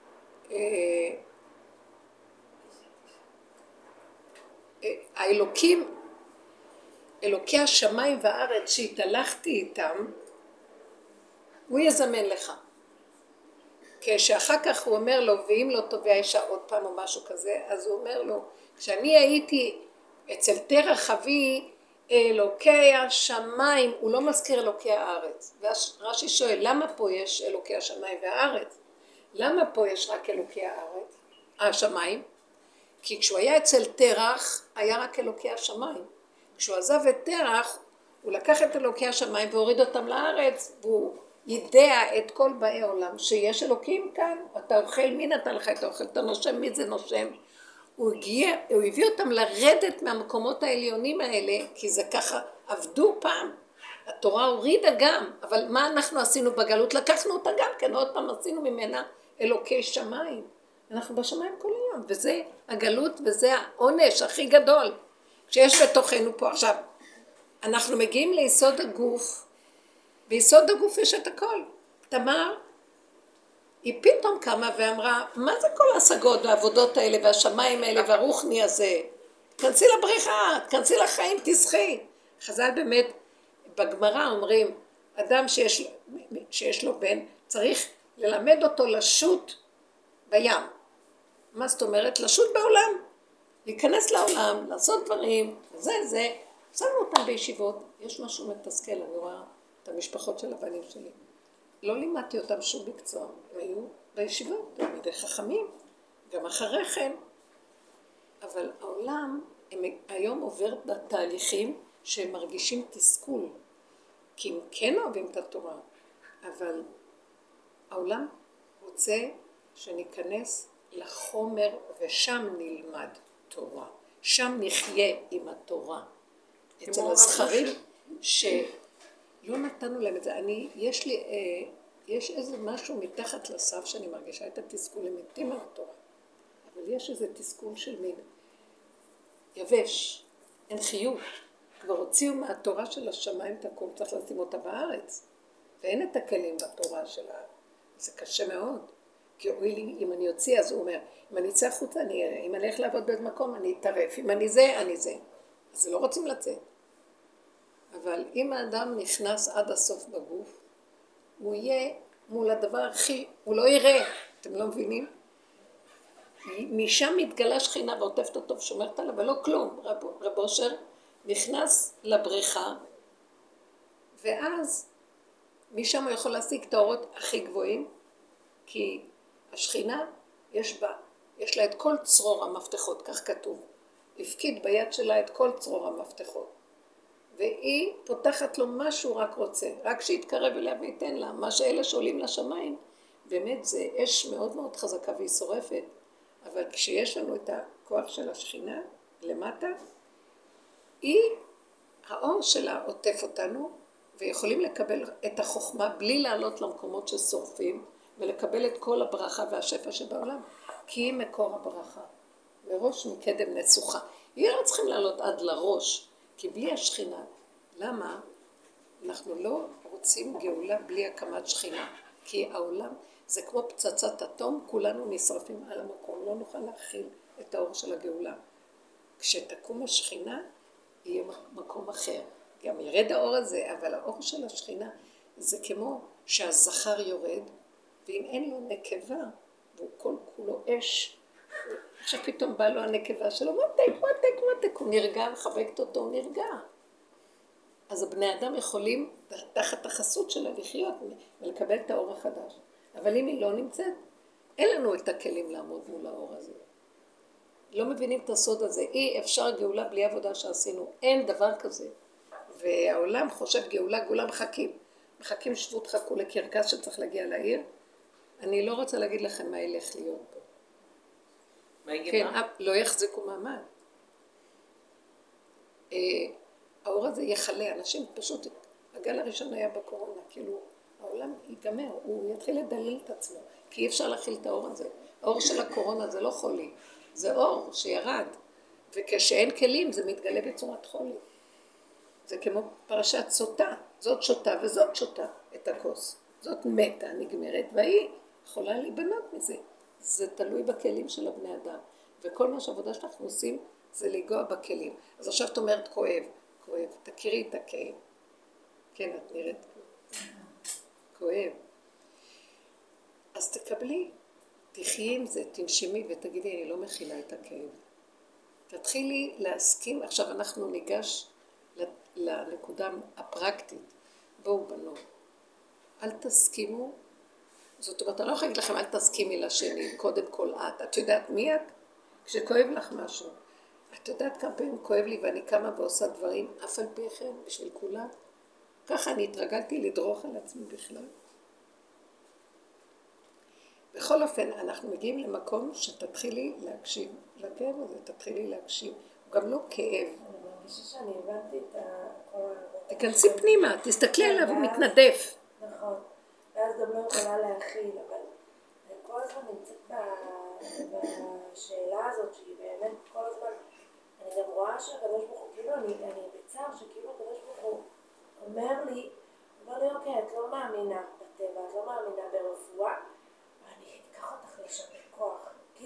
האלוקים, אלוקי השמיים והארץ שהתהלכתי איתם, הוא יזמן לך. כשאחר כך הוא אומר לו, ואם לא תובע אישה עוד פעם או משהו כזה, אז הוא אומר לו, כשאני הייתי אצל תרח אבי, אלוקי השמיים, הוא לא מזכיר אלוקי הארץ. ורש"י שואל, למה פה יש אלוקי השמיים והארץ? למה פה יש רק אלוקי הארץ, השמיים? כי כשהוא היה אצל תרח, היה רק אלוקי השמיים. כשהוא עזב את תרח, הוא לקח את אלוקי השמיים והוריד אותם לארץ, והוא ידע את כל באי עולם, שיש אלוקים כאן, אתה אוכל, מי נתן לך את האוכל, אתה נושם, מי זה נושם? הוא הביא אותם לרדת מהמקומות העליונים האלה, כי זה ככה עבדו פעם. התורה הורידה גם, אבל מה אנחנו עשינו בגלות? לקחנו אותה גם כן, עוד פעם עשינו ממנה אלוקי שמיים. אנחנו בשמיים כל היום, וזה הגלות וזה העונש הכי גדול. כשיש בתוכנו פה עכשיו, אנחנו מגיעים ליסוד הגוף, ביסוד הגוף יש את הכל. תמר היא פתאום קמה ואמרה, מה זה כל ההשגות והעבודות האלה והשמיים האלה והרוחני הזה? תכנסי לבריכה, תכנסי לחיים, תשחי. חז"ל באמת, בגמרא אומרים, אדם שיש לו בן, צריך ללמד אותו לשוט בים. מה זאת אומרת? לשוט בעולם. להיכנס לעולם, לעשות דברים, זה. שמנו אותם בישיבות. יש משהו מתסכל, אני רואה את המשפחות של הבנים שלי. לא לימדתי אותם שום מקצוע, הם היו בישיבות, תלמידי חכמים, גם אחרי כן. אבל העולם היום עובר בתהליכים שהם מרגישים תסכול, כי הם כן אוהבים את התורה, אבל העולם רוצה שניכנס לחומר ושם נלמד תורה, שם נחיה עם התורה. אצל הזכרים שלא נתנו להם את זה, יש איזה משהו מתחת לסף שאני מרגישה את התסכול, הם מתים על התורה, אבל יש איזה תסכול של מין יבש, אין חיות, כבר הוציאו מהתורה של השמיים את הכל, צריך לשים אותה בארץ, ואין את הכלים בתורה שלה, זה קשה מאוד, כי אם אני יוציא, אז הוא אומר, אם אני אצא החוצה, אם אני אלך לעבוד באיזה מקום, אני אתערף, אם אני זה, אני זה, אז לא רוצים לצאת. אבל אם האדם נכנס עד הסוף בגוף, הוא יהיה מול הדבר הכי, הוא לא יראה, אתם לא מבינים? משם מתגלה שכינה ועוטפת אותו ושומרת עליו, ולא כלום. רב אושר נכנס לבריכה, ואז משם הוא יכול להשיג את האורות הכי גבוהים, כי השכינה יש לה את כל צרור המפתחות, כך כתוב. הפקיד ביד שלה את כל צרור המפתחות. והיא פותחת לו מה שהוא רק רוצה, רק שיתקרב אליה וייתן לה, מה שאלה שעולים לשמיים, באמת זה אש מאוד מאוד חזקה והיא שורפת, אבל כשיש לנו את הכוח של השכינה למטה, האור שלה עוטף אותנו, ויכולים לקבל את החוכמה בלי לעלות למקומות ששורפים, ולקבל את כל הברכה והשפע שבעולם, כי היא מקור הברכה, וראש מקדם נסוכה. היא לא צריכים לעלות עד לראש, כי בלי השכינה, למה? אנחנו לא רוצים גאולה בלי הקמת שכינה, כי העולם זה כמו פצצת אטום, כולנו נשרפים על המקום, לא נוכל להכיל את האור של הגאולה. כשתקום השכינה, יהיה מקום אחר. גם ירד האור הזה, אבל האור של השכינה זה כמו שהזכר יורד, ואם אין לו נקבה, והוא כל כולו אש, עכשיו פתאום בא לו הנקבה שלו, מתק, הוא נרגע, מחבקת אותו, הוא נרגע. אז הבני אדם יכולים תחת החסות שלה לחיות ולקבל את האור החדש. אבל אם היא לא נמצאת, אין לנו את הכלים לעמוד מול האור הזה. לא מבינים את הסוד הזה. אי אפשר גאולה בלי עבודה שעשינו. אין דבר כזה. והעולם חושב גאולה מחכים שבו תחכו לקרקס שצריך להגיע לעיר. אני לא רוצה להגיד לכם מה ילך להיות פה. מה יגיד כן, מה? לא יחזיקו מעמד. האור הזה יחלה, אנשים פשוט, הגל הראשון היה בקורונה, כאילו העולם ייגמר, הוא יתחיל לדלל את עצמו, כי אי אפשר להכיל את האור הזה. האור של הקורונה זה לא חולי, זה אור שירד, וכשאין כלים זה מתגלה בצורת חולי. זה כמו פרשת סוטה, זאת שוטה וזאת שוטה את הכוס. זאת מתה, נגמרת, והיא יכולה להיבנות מזה. זה תלוי בכלים של הבני אדם, וכל מה שהעבודה שאנחנו עושים זה לגוע בכלים. אז עכשיו את אומרת כואב, תכירי את הכאב. כן, את נראית כואב. אז תקבלי, תחיי עם זה, תנשימי ותגידי, אני לא מכילה את הכאב. תתחילי להסכים, עכשיו אנחנו ניגש לנקודה הפרקטית. בואו בנות, אל תסכימו, זאת אומרת, אני לא יכולה להגיד לכם, אל תסכימי לשני, קודם כל את יודעת מי את? כשכואב לך משהו. את יודעת כמה פעמים כואב לי ואני קמה ועושה דברים, אף על פי כן, בשביל כולם. ככה אני התרגלתי לדרוך על עצמי בכלל. בכל אופן, אנחנו מגיעים למקום שתתחילי להקשיב לכאב הזה, תתחילי להקשיב. הוא גם לא כאב. אני מרגישה שאני הבנתי את הכל. תכנסי פנימה, תסתכלי עליו, הוא מתנדף. נכון. ואז גם לא יכולה להכיל, אבל אני כל הזמן נמצאת בשאלה הזאת, שהיא באמת כל הזמן, אני גם רואה שהקדוש ברוך הוא, כאילו אני בצער שכאילו הקדוש ברוך הוא אומר לי, אוקיי, את לא מאמינה בטבע, את לא מאמינה ברפואה,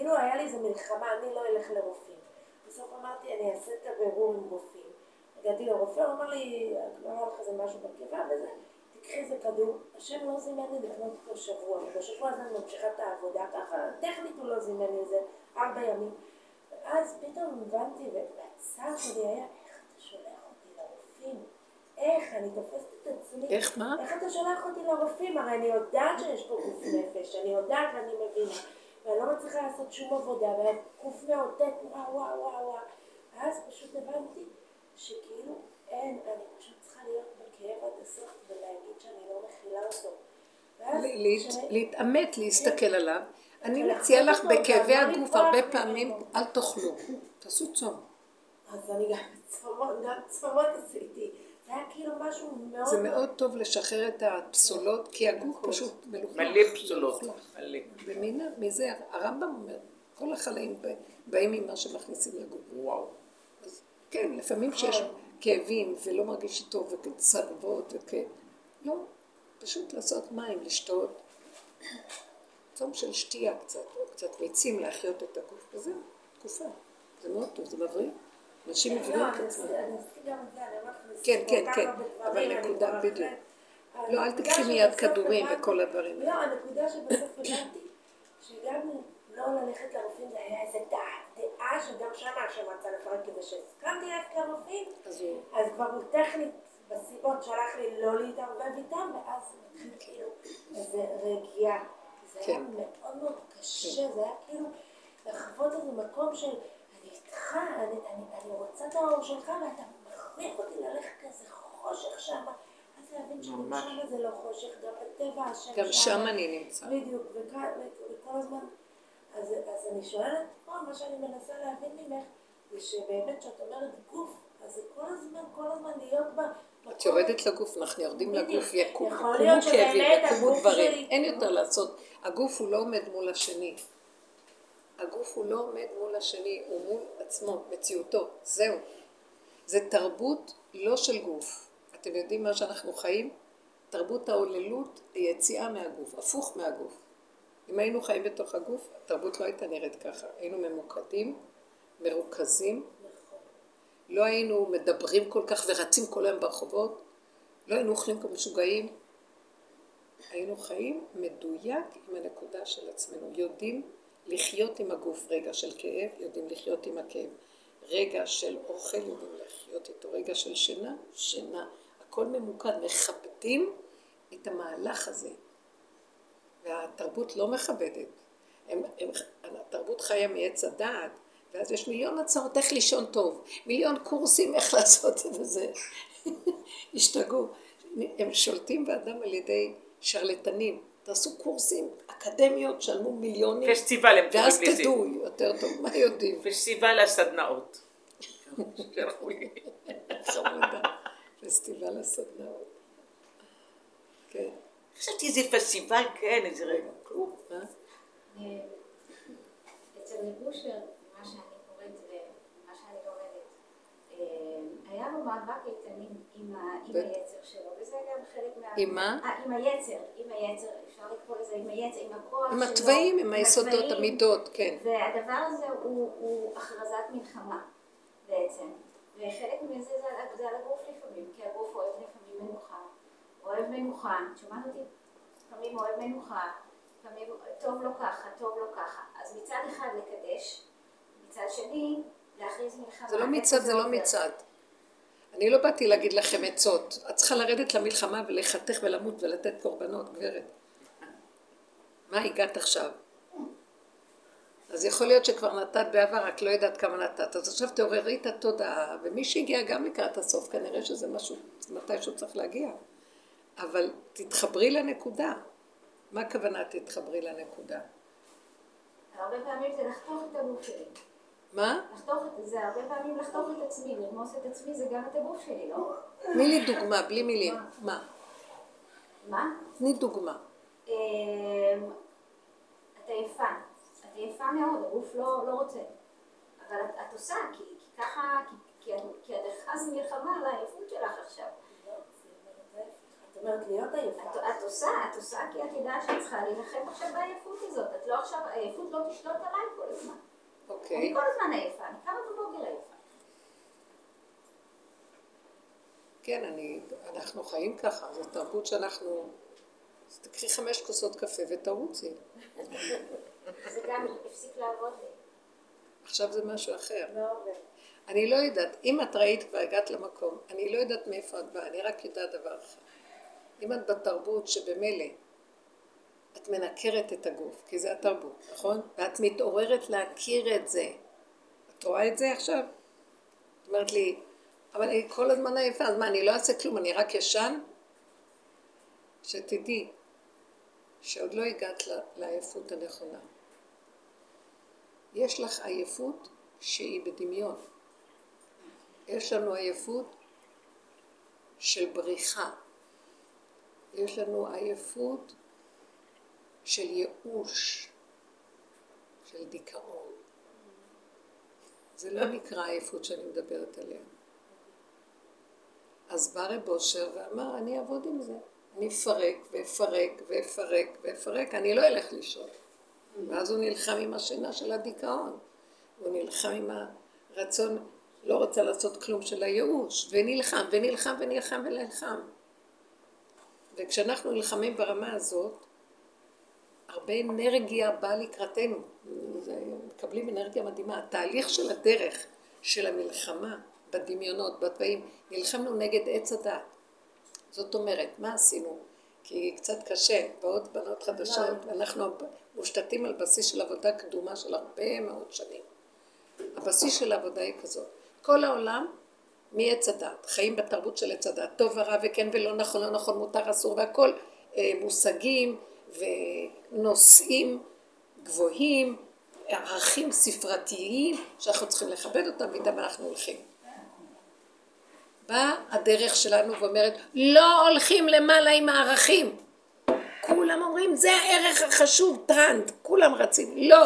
כאילו היה לי איזה מלחמה, אני לא אלך לרופאים. בסוף אמרתי, אני אעשה את הבירור עם רופאים. הגעתי לרופא, הוא אמר לי, לא היה לך איזה משהו בקיבה וזה, תקחי איזה כדור. השם לא זימן לי לקנות אותו שבוע, ובשבוע הזה אני ממשיכה את העבודה, ככה טכנית הוא לא זימן לי איזה 4 ימים. ואז פתאום הבנתי, והצער שלי היה, איך אתה שולח אותי לרופאים? איך? אני תופסת את עצמי. איך מה? איך אתה שולח אותי לרופאים? הרי אני יודעת שיש פה גוף נפש, אני יודעת ואני מבינה. ואני לא מצליחה לעשות שום עבודה, והגוף מאותת, וואו וואו וואו וואו. ואז פשוט הבנתי שכאילו אין, אני פשוט צריכה להיות בכאב עד הסוף ולהגיד שאני לא מכילה אותו. להתאמת, להסתכל עליו. אני מציעה לך בכאבי הגוף הרבה פעמים, אל תאכלו, תעשו צום. אז אני גם צומות עשיתי. זה היה כאילו משהו מאוד... זה מאוד טוב לשחרר את הפסולות, כי הגוף פשוט מלוכלך. מלא פסולות. מלא. מזה הרמב"ם אומר, כל החלאים באים ממה שמכניסים לגוף. וואו. אז כן, לפעמים שיש כאבים ולא מרגיש טוב וצרבות וכאב. לא, פשוט לעשות מים, לשתות. צום של שתייה קצת, או קצת מיצים להחיות את הגוף, וזה תקופה. זה מאוד טוב, זה מבריא. אנשים מבריאים את עצמם. אני עשיתי גם את זה, אני אומרת, כן, כן, כן, אבל נקודה בדיוק. לא, אל תקחי מיד כדורים וכל הדברים. לא, הנקודה שבסוף הבנתי, שגם לא ללכת לרופאים זה היה איזה דעה שגם שמה שמצא לפרק כזה שהסכמתי ללכת לרופאים, אז כבר הוא טכנית בסיבות שלח לי לא להתערבב איתם, ואז התחיל כאילו איזה רגיעה. זה היה מאוד מאוד קשה, זה היה כאילו לחוות איזה מקום של אני איתך, אני רוצה את האור שלך ואתה מכריח אותי ללכת כזה חושך שם, אז להבין שגם שם זה לא חושך, גם בטבע השם גם שם אני נמצא. בדיוק, וכל הזמן, אז אני שואלת פה, מה שאני מנסה להבין ממך, זה שבאמת שאת אומרת גוף, אז זה כל הזמן להיות בה. את יורדת לגוף, אנחנו יורדים לגוף, יקומו להיות כאבים, שבאמת יקומו הגוף דברים, שלי- אין יותר לעשות. הגוף הוא לא עומד מול השני. הגוף הוא לא עומד מול השני, הוא מול עצמו, מציאותו, זהו. זה תרבות לא של גוף. אתם יודעים מה שאנחנו חיים? תרבות ההוללות היא יציאה מהגוף, הפוך מהגוף. אם היינו חיים בתוך הגוף, התרבות לא הייתה נראית ככה. היינו ממוקדים, מרוכזים, לא היינו מדברים כל כך ורצים כל היום ברחובות, לא היינו אוכלים כמו משוגעים, היינו חיים מדויק עם הנקודה של עצמנו, יודעים לחיות עם הגוף, רגע של כאב, יודעים לחיות עם הכאב, רגע של אוכל, יודעים לחיות איתו, רגע של שינה, שינה, הכל ממוקד, מכבדים את המהלך הזה, והתרבות לא מכבדת, התרבות חיה מעץ הדעת, ואז יש מיליון הצעות איך לישון טוב, מיליון קורסים איך לעשות את זה, השתגעו, הם שולטים באדם על ידי שרלטנים, תעשו קורסים אקדמיות, שלמו מיליונים, פסטיבל הם ואז קוראים לזה. תדעו יותר טוב, מה יודעים? פסטיבל הסדנאות. חמודה, פסטיבל הסדנאות. כן. חשבתי איזה פסטיבל, כן, איזה רגע, כלום. מה? אצל רבושר, מה שאני קוראת ומה שאני לומדת, היה לו מאבק איתנים עם היצר שלו, וזה גם חלק מה... עם מה? עם היצר, אפשר לקרוא לזה עם היצר, עם הכוח שלו. עם התוואים, עם היסודות, המידות, כן. והדבר הזה הוא הכרזת מלחמה בעצם, וחלק מזה זה על הגוף לפעמים, כי הגוף אוהב לפעמים מנוחה, שומעת אותי? לפעמים אוהב מנוחה, לפעמים טוב לו ככה, אז מצד אחד לקדש, מצד שני להכריז מלחמה. זה לא מצד, זה לא מצד. אני לא באתי להגיד לכם עצות, את צריכה לרדת למלחמה ולחתך ולמות ולתת קורבנות, גברת. מה הגעת עכשיו? אז יכול להיות שכבר נתת בעבר, רק לא יודעת כמה נתת. אז עכשיו תעוררי את התודעה, ומי שהגיע גם לקראת הסוף, כנראה שזה משהו, מתישהו צריך להגיע. אבל תתחברי לנקודה. מה הכוונה תתחברי לנקודה? הרבה פעמים זה לחתוך את הגוף שלי. מה? זה הרבה פעמים לחתוך את עצמי, לרמוס את עצמי, זה גם את הגוף שלי, לא? תני לי דוגמה, בלי מילים. מה? מה? תני דוגמה. את עייפה מאוד, הגוף לא רוצה. אבל את עושה, כי ככה, כי את הכרזת מלחמה על העייפות שלך עכשיו. את אומרת להיות עייפה. את עושה כי את יודעת שאת צריכה להילחם עכשיו בעייפות הזאת. את לא עכשיו, העייפות לא תשלוט עליי כל הזמן. אוקיי. אני כל הזמן עייפה, אני קמה בבוקר עייפה. כן, אנחנו חיים ככה, זו תרבות שאנחנו... אז תקחי 5 כוסות קפה ותרוצי. זה גם הפסיק לעבוד לי. עכשיו זה משהו אחר. לא עובד. אני לא יודעת, אם את ראית כבר הגעת למקום, אני לא יודעת מאיפה את באה, אני רק יודעת דבר אחד. אם את בתרבות שבמילא את מנקרת את הגוף, כי זה התרבות, נכון? ואת מתעוררת להכיר את זה. את רואה את זה עכשיו? את אומרת לי, אבל אני כל הזמן עייפה, אז מה, אני לא אעשה כלום, אני רק ישן? שתדעי שעוד לא הגעת לעייפות הנכונה. יש לך עייפות שהיא בדמיון. יש לנו עייפות של בריחה. יש לנו עייפות של ייאוש, של דיכאון. זה לא נקרא עייפות שאני מדברת עליה. אז בא רב אושר ואמר, אני אעבוד עם זה. אני אפרק ואפרק ואפרק ואפרק, אני לא אלך לישון. ואז הוא נלחם עם השינה של הדיכאון. הוא נלחם עם הרצון, לא רוצה לעשות כלום של הייאוש, ונלחם ונלחם ונלחם ונלחם. וכשאנחנו נלחמים ברמה הזאת, הרבה אנרגיה באה לקראתנו. מקבלים אנרגיה מדהימה. התהליך של הדרך של המלחמה בדמיונות, בטבעים, נלחמנו נגד עץ הדת. זאת אומרת, מה עשינו? כי קצת קשה, ועוד בנות חדשות, אנחנו מושתתים על בסיס של עבודה קדומה של הרבה מאוד שנים. הבסיס של העבודה היא כזאת. כל העולם מעץ הדת, חיים בתרבות של עץ הדת, טוב ורע וכן ולא נכון, לא נכון, מותר, אסור, והכל מושגים ונושאים גבוהים, ערכים ספרתיים שאנחנו צריכים לכבד אותם, ואיתם אנחנו הולכים. באה הדרך שלנו ואומרת, לא הולכים למעלה עם הערכים. כולם אומרים, זה הערך החשוב, טרנד, כולם רצים. לא.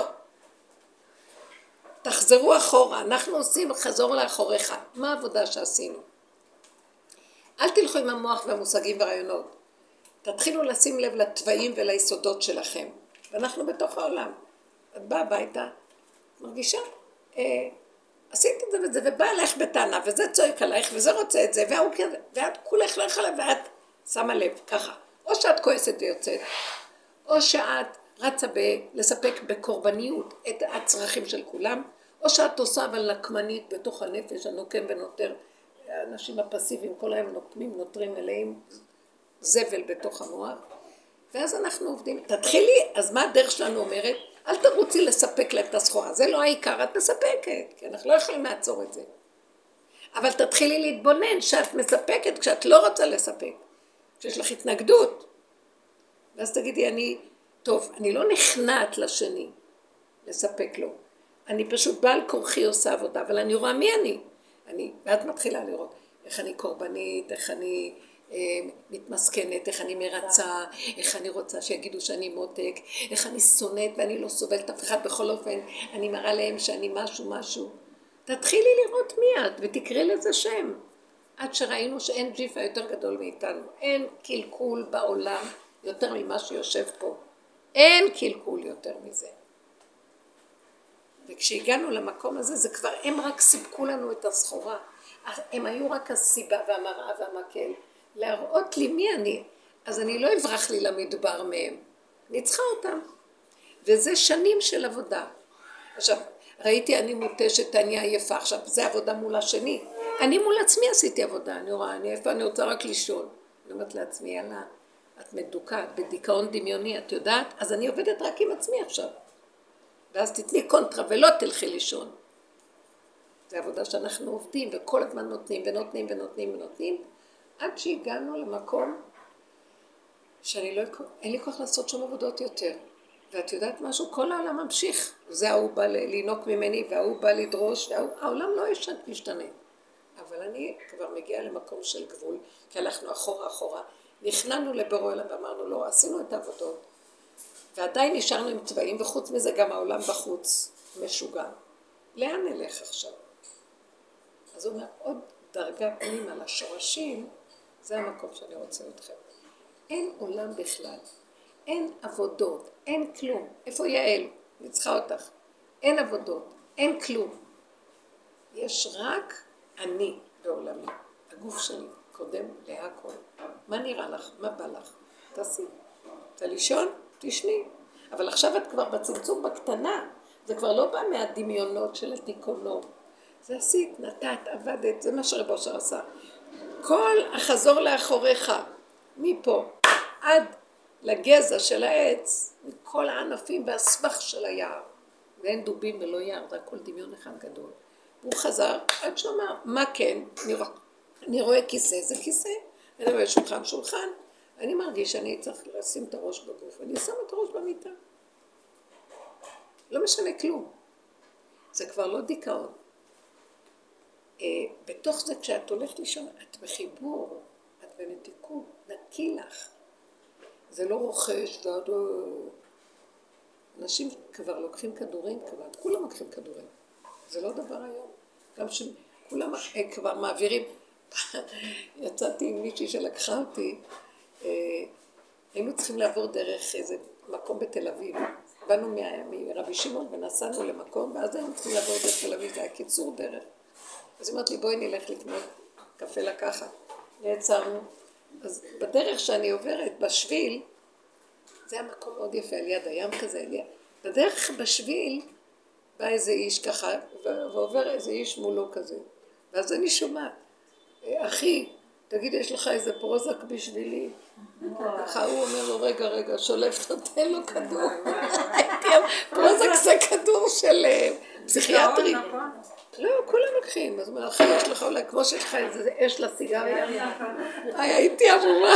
תחזרו אחורה, אנחנו עושים חזור לאחוריך. מה העבודה שעשינו? אל תלכו עם המוח והמושגים והרעיונות. תתחילו לשים לב לטבעים וליסודות שלכם. ואנחנו בתוך העולם. את באה הביתה, מרגישה, עשית את זה וזה, ובא עליך בטענה, וזה צועק עלייך, וזה רוצה את זה, ואת כולך לא יכולה, ואת שמה לב, ככה. או שאת כועסת ויוצאת, או שאת רצה לספק בקורבניות את הצרכים של כולם, או שאת עושה אבל נקמנית בתוך הנפש, הנוקם ונותר, האנשים הפסיביים, כל היום נוקמים, נותרים מלאים זבל בתוך המוח, ואז אנחנו עובדים. תתחילי, אז מה הדרך שלנו אומרת? אל תרוצי לספק להם את הסחורה, זה לא העיקר, את מספקת, כי אנחנו לא יכולים לעצור את זה. אבל תתחילי להתבונן שאת מספקת כשאת לא רוצה לספק, כשיש לך התנגדות. ואז תגידי, אני לא נכנעת לשני לספק לו. אני פשוט בעל כורחי עושה עבודה, אבל אני רואה מי אני. ואת מתחילה לראות איך אני קורבנית, איך אני מתמסכנת, איך אני מרצה, איך אני רוצה שיגידו שאני מותק, איך אני שונאת ואני לא סובלת אף אחד, בכל אופן אני מראה להם שאני משהו. תתחילי לראות מי את ותקראי לזה שם. עד שראינו שאין ג'יפה יותר גדול מאיתנו, אין קלקול בעולם יותר ממה שיושב פה. אין קלקול יותר מזה. וכשהגענו למקום הזה, זה כבר, הם רק סיפקו לנו את הסחורה. הם היו רק הסיבה והמראה והמקל. להראות לי מי אני. אז אני לא אברח לי למדבר מהם. אני צריכה אותם. וזה שנים של עבודה. עכשיו, ראיתי אני מותשת, אני עייפה. עכשיו, זה עבודה מול השני. אני מול עצמי עשיתי עבודה. אני רואה, אני עייפה, אני רוצה רק לישון. אני אומרת לעצמי, יאללה, את מדוקה, את בדיכאון דמיוני, את יודעת? אז אני עובדת רק עם עצמי עכשיו. ואז תתני קונטרה ולא תלכי לישון. זה עבודה שאנחנו עובדים וכל הזמן נותנים ונותנים ונותנים ונותנים, עד שהגענו למקום אין לי כוח לעשות שום עבודות יותר. ואת יודעת משהו? כל העולם ממשיך. זה ההוא בא לינוק ממני וההוא בא לדרוש, העולם לא ישתנה. אבל אני כבר מגיעה למקום של גבול, כי הלכנו אחורה. נכנענו לבורא עולם ואמרנו לא, עשינו את העבודות. ועדיין נשארנו עם צבעים, וחוץ מזה גם העולם בחוץ משוגע. לאן נלך עכשיו? אז הוא אומר, עוד דרגה פנימה לשורשים, זה המקום שאני רוצה אתכם. אין עולם בכלל. אין עבודות, אין כלום. איפה יעל? אני צריכה אותך. אין עבודות, אין כלום. יש רק אני בעולמי. הגוף שלי קודם להכל. מה נראה לך? מה בא לך? תעשי. אתה לישון? תשני. אבל עכשיו את כבר בצמצום בקטנה. זה כבר לא בא מהדמיונות של התיקונות. זה עשית, נתת, עבדת, זה מה שרב אושר עשה. כל החזור לאחוריך, מפה עד לגזע של העץ, מכל הענפים והסבך של היער. ואין דובים ולא יער, זה הכל דמיון אחד גדול. והוא חזר עד שאומר, מה כן? אני רואה כיסא, זה כיסא. אני רואה שולחן, שולחן. אני מרגיש שאני צריך לשים את הראש בגוף. אני שם את הראש במיטה. לא משנה כלום. זה כבר לא דיכאון. בתוך זה כשאת הולכת לישון, את בחיבור, את בנתיקות, נקי לך. זה לא רוכש, אנשים כבר לוקחים כדורים, כולם לוקחים כדורים. זה לא דבר היום. גם שכולם כבר מעבירים. יצאתי עם מישהי שלקחה אותי, היינו צריכים לעבור דרך איזה מקום בתל אביב. באנו מרבי שמעון ונסענו למקום, ואז היינו צריכים לעבור דרך תל אביב, זה היה קיצור דרך. אז היא אמרת לי, בואי נלך לקנות קפה לקחת. נעצרנו. אז בדרך שאני עוברת, בשביל, זה היה מקום מאוד יפה, על יד הים כזה, בדרך בשביל, בא איזה איש ככה, ועובר איזה איש מולו כזה. ואז אני שומעת, אחי, תגיד, יש לך איזה פרוזק בשבילי? ככה הוא אומר לו, רגע, שולף, נותן לו כדור. פרוזק זה כדור של פסיכיאטרי. לא, כולם לוקחים. אז הוא אומר, אחי, יש לך אולי, כמו שיש לך איזה אש לסיגריה. הייתי אמורה,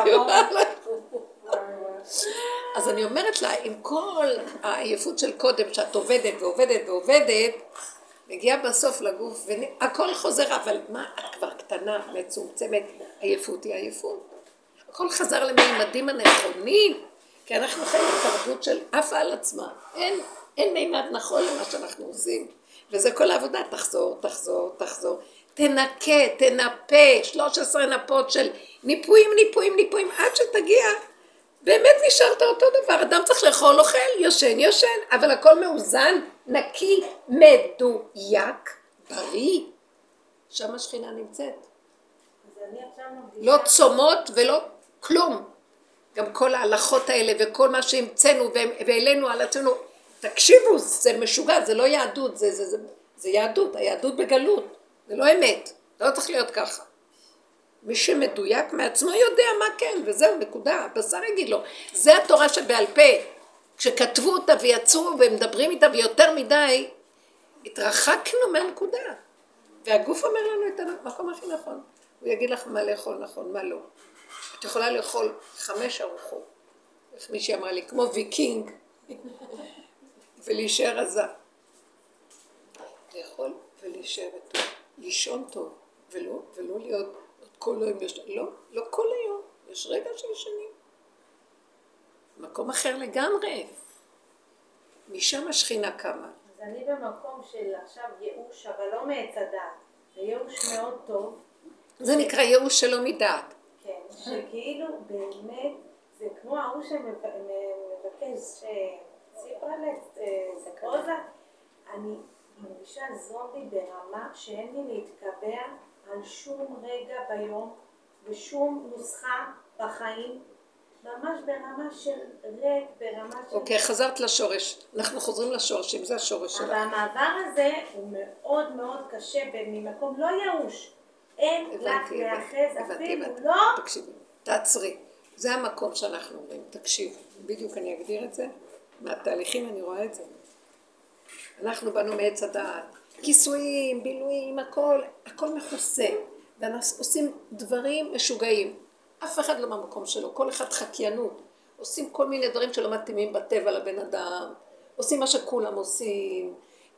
אז אני אומרת לה, עם כל העייפות של קודם, שאת עובדת ועובדת, מגיעה בסוף לגוף, והכל חוזר, אבל מה, את כבר קטנה, מצומצמת, עייפות היא עייפות. הכל חזר למימדים הנכונים, כי אנחנו חיים בתרבות של אף על עצמה. אין מימד נכון למה שאנחנו עושים. וזה כל העבודה, תחזור. תנפה, 13 נפות של ניפויים, עד שתגיע, באמת נשארת אותו דבר. אדם צריך לאכול, אוכל, יושן, אבל הכל מאוזן, נקי, מדויק, בריא. שם השכינה נמצאת. לא צומות ולא כלום. גם כל ההלכות האלה וכל מה שהמצאנו והעלינו על עצמנו, תקשיבו, זה משוגע, זה לא יהדות, זה יהדות, היהדות בגלות, זה לא אמת, לא צריך להיות ככה. מי שמדויק מעצמו יודע מה כן, וזהו, נקודה, הבשר יגיד לו, זה התורה שבעל פה, כשכתבו אותה ויצרו ומדברים איתה ויותר מדי, התרחקנו מהנקודה, והגוף אומר לנו את המקום הכי נכון, הוא יגיד לך מה לאכול נכון, מה לא. את יכולה לאכול 5 ארוחות, איך מישהי אמרה לי, כמו ויקינג, ולהישאר עזה. לאכול ולהישאר טוב, לישון טוב, ולא להיות כל היום לא כל היום, יש רגע של שנים. מקום אחר לגמרי. משם השכינה קמה. אז אני במקום של עכשיו ייאוש, אבל לא מעץ הדעת, זה ייאוש מאוד טוב. זה נקרא ייאוש שלא מדעת. כן, שכאילו באמת זה כמו ההוא שמבקש ציפרלט, זה פרוזה. אני מרגישה זומבי ברמה שאין לי להתקבע על שום רגע ביום ושום נוסחה בחיים, ממש ברמה של ריק, ברמה של... אוקיי, חזרת לשורש. אנחנו חוזרים לשורשים, זה השורש שלך. אבל המעבר הזה הוא מאוד מאוד קשה ממקום לא ייאוש. אין לך להאחז אפילו לא... תקשיבי, תעצרי. זה המקום שאנחנו אומרים, תקשיב. בדיוק אני אגדיר את זה. מהתהליכים אני רואה את זה. אנחנו באנו מעץ הדעת. כיסויים, בילויים, הכל מכוסה. ואנחנו עושים דברים משוגעים. אף אחד לא במקום שלו, כל אחד חקיינות. עושים כל מיני דברים שלא מתאימים בטבע לבן אדם. עושים מה שכולם עושים.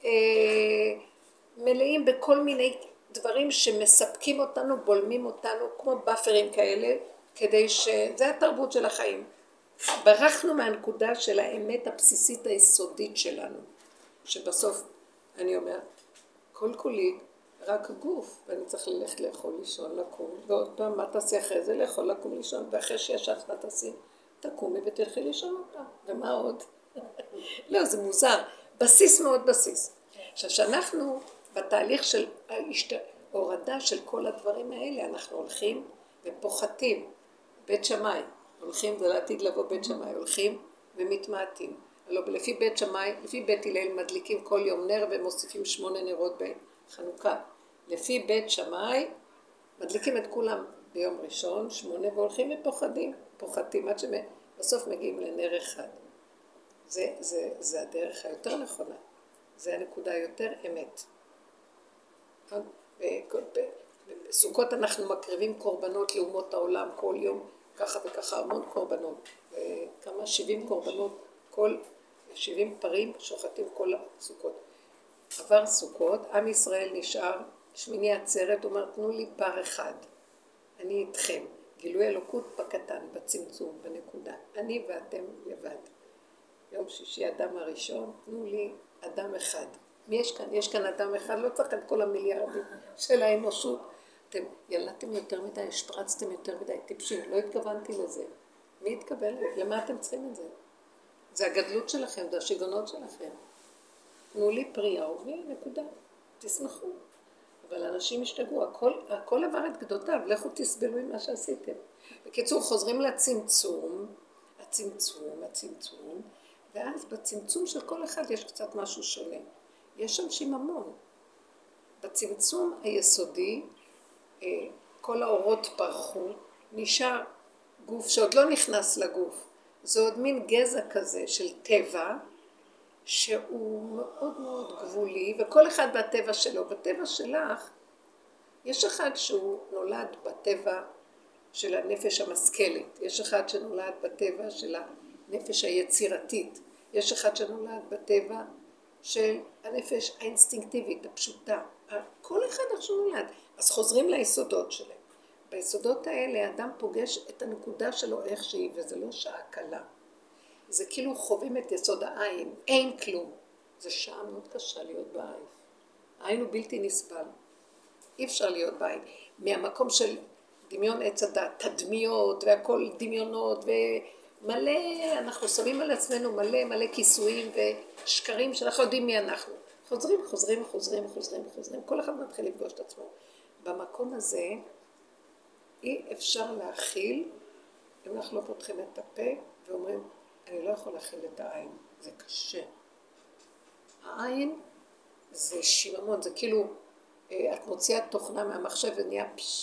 מלאים בכל מיני דברים שמספקים אותנו, בולמים אותנו, כמו באפרים כאלה, כדי זה התרבות של החיים. ברחנו מהנקודה של האמת הבסיסית היסודית שלנו. שבסוף, אני אומרת, כל כולי, רק הגוף, ואני צריך ללכת לאכול, לישון, לקום, ועוד פעם, מה תעשי אחרי זה? לאכול, לקום, לישון, ואחרי שישבת, מה תעשי? תקומי ותלכי לישון אותה, ומה עוד? לא, זה מוזר, בסיס מאוד בסיס. עכשיו, שאנחנו בתהליך של הורדה של כל הדברים האלה, אנחנו הולכים ופוחתים, בית שמאי, הולכים, זה לעתיד לבוא בית שמאי, הולכים ומתמעטים. הלוא לפי בית שמאי, לפי בית הלל מדליקים כל יום נר ומוסיפים 8 נרות בחנוכה. לפי בית שמאי מדליקים את כולם ביום ראשון, 8, והולכים ופוחדים, פוחתים עד שבסוף מגיעים לנר אחד. זה הדרך היותר נכונה, זה הנקודה היותר אמת. בסוכות אנחנו מקריבים קורבנות לאומות העולם כל יום, ככה וככה המון קורבנות, כמה 70 קורבנות, כל 70 פרים שוחטים כל הסוכות. עבר סוכות, עם ישראל נשאר, שמיני עצרת, אומר תנו לי פר אחד, אני איתכם, גילוי אלוקות בקטן, בצמצום, בנקודה, אני ואתם לבד. יום שישי אדם הראשון, תנו לי אדם אחד. מי יש כאן? יש כאן אדם אחד, לא צריך את כל המיליארדים של האנושות. אתם ילדתם יותר מדי, השפרצתם יותר מדי, טיפשים, לא התכוונתי לזה. מי התכוון? למה אתם צריכים את זה? זה הגדלות שלכם, זה השיגונות שלכם. תנו לי פרי אהובי, נקודה. תשמחו. אבל אנשים השתגעו, הכל עבר את גדותיו, לכו תסבלו עם מה שעשיתם. בקיצור, חוזרים לצמצום, הצמצום, ואז בצמצום של כל אחד יש קצת משהו שונה. יש שם שיממון. בצמצום היסודי, כל האורות פרחו, נשאר גוף שעוד לא נכנס לגוף. זה עוד מין גזע כזה של טבע, שהוא מאוד מאוד גבולי, וכל אחד בטבע שלו. בטבע שלך, יש אחד שהוא נולד בטבע של הנפש המשכלת, יש אחד שנולד בטבע של הנפש היצירתית, יש אחד שנולד בטבע של הנפש האינסטינקטיבית, הפשוטה. כל אחד עכשיו נולד. אז חוזרים ליסודות שלהם. ביסודות האלה האדם פוגש את הנקודה שלו איך שהיא, וזה לא שעה קלה. זה כאילו חווים את יסוד העין, אין כלום. זה שעה מאוד קשה להיות בעין. העין הוא בלתי נסבל. אי אפשר להיות בעין. מהמקום של דמיון עץ הדת, תדמיות והכל דמיונות ומלא, אנחנו שמים על עצמנו מלא כיסויים ושקרים שאנחנו יודעים מי אנחנו. חוזרים, כל אחד מתחיל לפגוש את עצמו. במקום הזה אי אפשר להכיל אם אנחנו לא פותחים את הפה ואומרים, אני לא יכול להכיל את העין, זה קשה. העין זה שיממון, זה כאילו, את מוציאה תוכנה מהמחשב ונהיה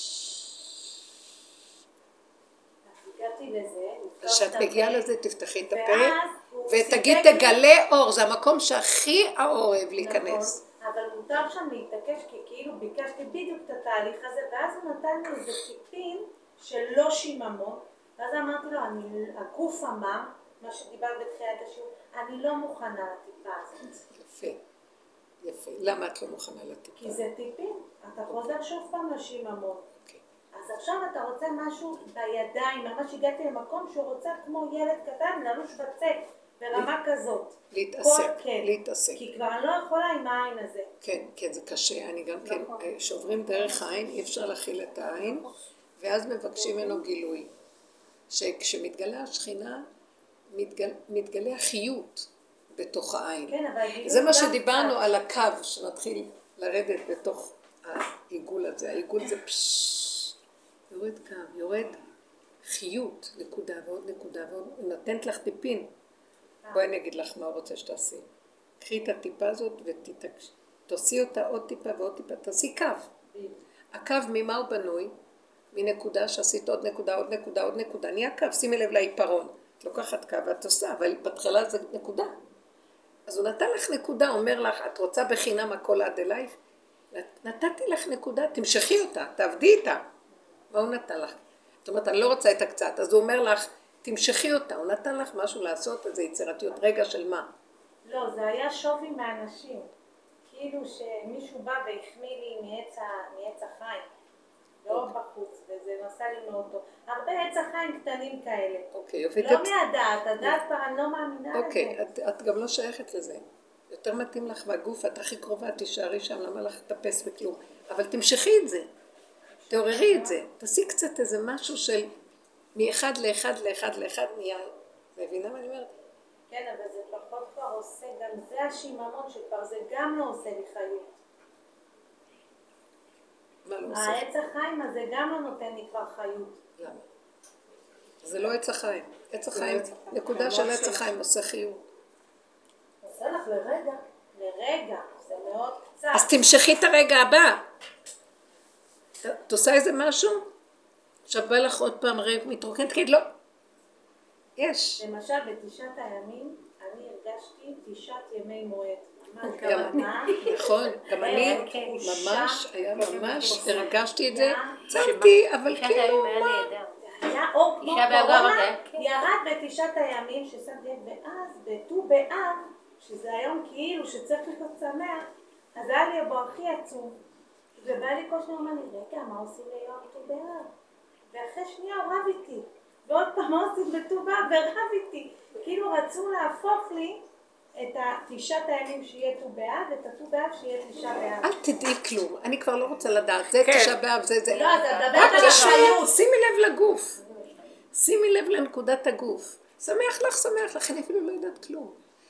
הגעתי לזה. כשאת מגיעה לזה תפתחי את הפה ותגיד תגלה אור, זה המקום שהכי האור אוהב להיכנס. אבל מותר שם להתעקש כי כאילו ביקשתי בדיוק את התהליך הזה ואז הוא נתן לי איזה טיפין שלא שיממון ואז אמרתי לו, הגוף אמר, מה שדיבר בתחילת השיעור, אני לא מוכנה לטיפה הזאת. יפה. למה את לא מוכנה לטיפה? כי זה טיפין, אתה חוזר שוב פעם לשיממון. אז עכשיו אתה רוצה משהו בידיים, ממש הגעתי למקום שהוא רוצה כמו ילד קטן ללוש בצק, ברמה כזאת. להתעסק. כי כבר אני לא יכולה עם העין הזה. כן, זה קשה. אני גם כן, שעוברים דרך העין, אי אפשר להכיל את העין, ואז מבקשים ממנו גילוי. שכשמתגלה השכינה, מתגלה החיות בתוך העין. כן, אבל גילוי זה מה שדיברנו על הקו, שנתחיל לרדת בתוך העיגול הזה. העיגול זה יורד קו, יורד חיות, נקודה ועוד נקודה ועוד, נתנת לך טיפין. בואי אני אגיד לך מה הוא רוצה שתעשי. קחי את הטיפה הזאת ותעשי אותה עוד טיפה ועוד טיפה, תעשי קו. הקו ממה הוא בנוי? מנקודה שעשית עוד נקודה, עוד נקודה, עוד נקודה. נהיה קו, שימי לב לעיפרון. את לוקחת קו ואת עושה, אבל בתחילה זה נקודה. אז הוא נתן לך נקודה, אומר לך, את רוצה בחינם הכל עד אלייך? נתתי לך נקודה, תמשכי אותה, תעבדי איתה. מה הוא נתן לך? זאת אומרת, אני לא רוצה את הקצת. אז הוא אומר לך, תמשכי אותה. הוא נתן לך משהו לעשות, איזו יצירתיות. רגע של מה? לא, זה היה שווי מאנשים. כאילו שמישהו בא והחמיא לי מעץ החיים. לא בחוץ, וזה נסע לי מאוד טוב. הרבה עץ החיים קטנים כאלה. לא מהדעת, הדעת כבר אני לא מאמינה לזה. אוקיי, את גם לא שייכת לזה. יותר מתאים לך בגוף, את הכי קרובה, תישארי שם, למה לך לטפס בכלום. אבל תמשכי את זה, תעוררי את זה, תעשי קצת איזה משהו של מאחד לאחד לאחד לאחד נהיה, מבינה מה אני אומרת? כן, אבל זה פחות כבר עושה, גם זה השיממון שכבר זה גם לא עושה לי חיות. מה לא עושה? העץ החיים הזה גם לא נותן לי כבר חיות. למה? זה לא עץ החיים. עץ החיים, נקודה של עץ החיים עושה חיות. עושה לך לרגע, זה מאוד קצת. אז תמשכי את הרגע הבא. את עושה איזה משהו? עכשיו בא לך עוד פעם רב מתרוקן, תגיד לא. יש. למשל בתשעת הימים אני הרגשתי 9 ימי מועד. גם אני, נכון, גם אני ממש, היה ממש, הרגשתי את זה, צמתי, אבל כאילו מה? היה אור כמו תשעה באב קורונה, כן. ירד בתשעת הימים ששמתי לב, ואז בט"ו באב, שזה היום כאילו שצריך להיות שמח, אז היה לי הבוא הכי עצוב, ובא לי כל שניה, אמר לי, רגע, מה עושים ליום ט"ו באב? ואחרי שנייה הוא רב איתי, ועוד פעם מה עושים בט"ו באב ורב איתי, כאילו רצו להפוך לי את 9 הימים שיהיה ט"ו באב, ואת הט"ו באב שיהיה 9 באב. אל תדעי כלום, אני כבר לא רוצה לדעת, זה תשעה באב, זה. לא, אתה מדבר רק על החיות. שימי לב לגוף, שימי לב לנקודת הגוף, שמח לך, אני אפילו לא יודעת כלום.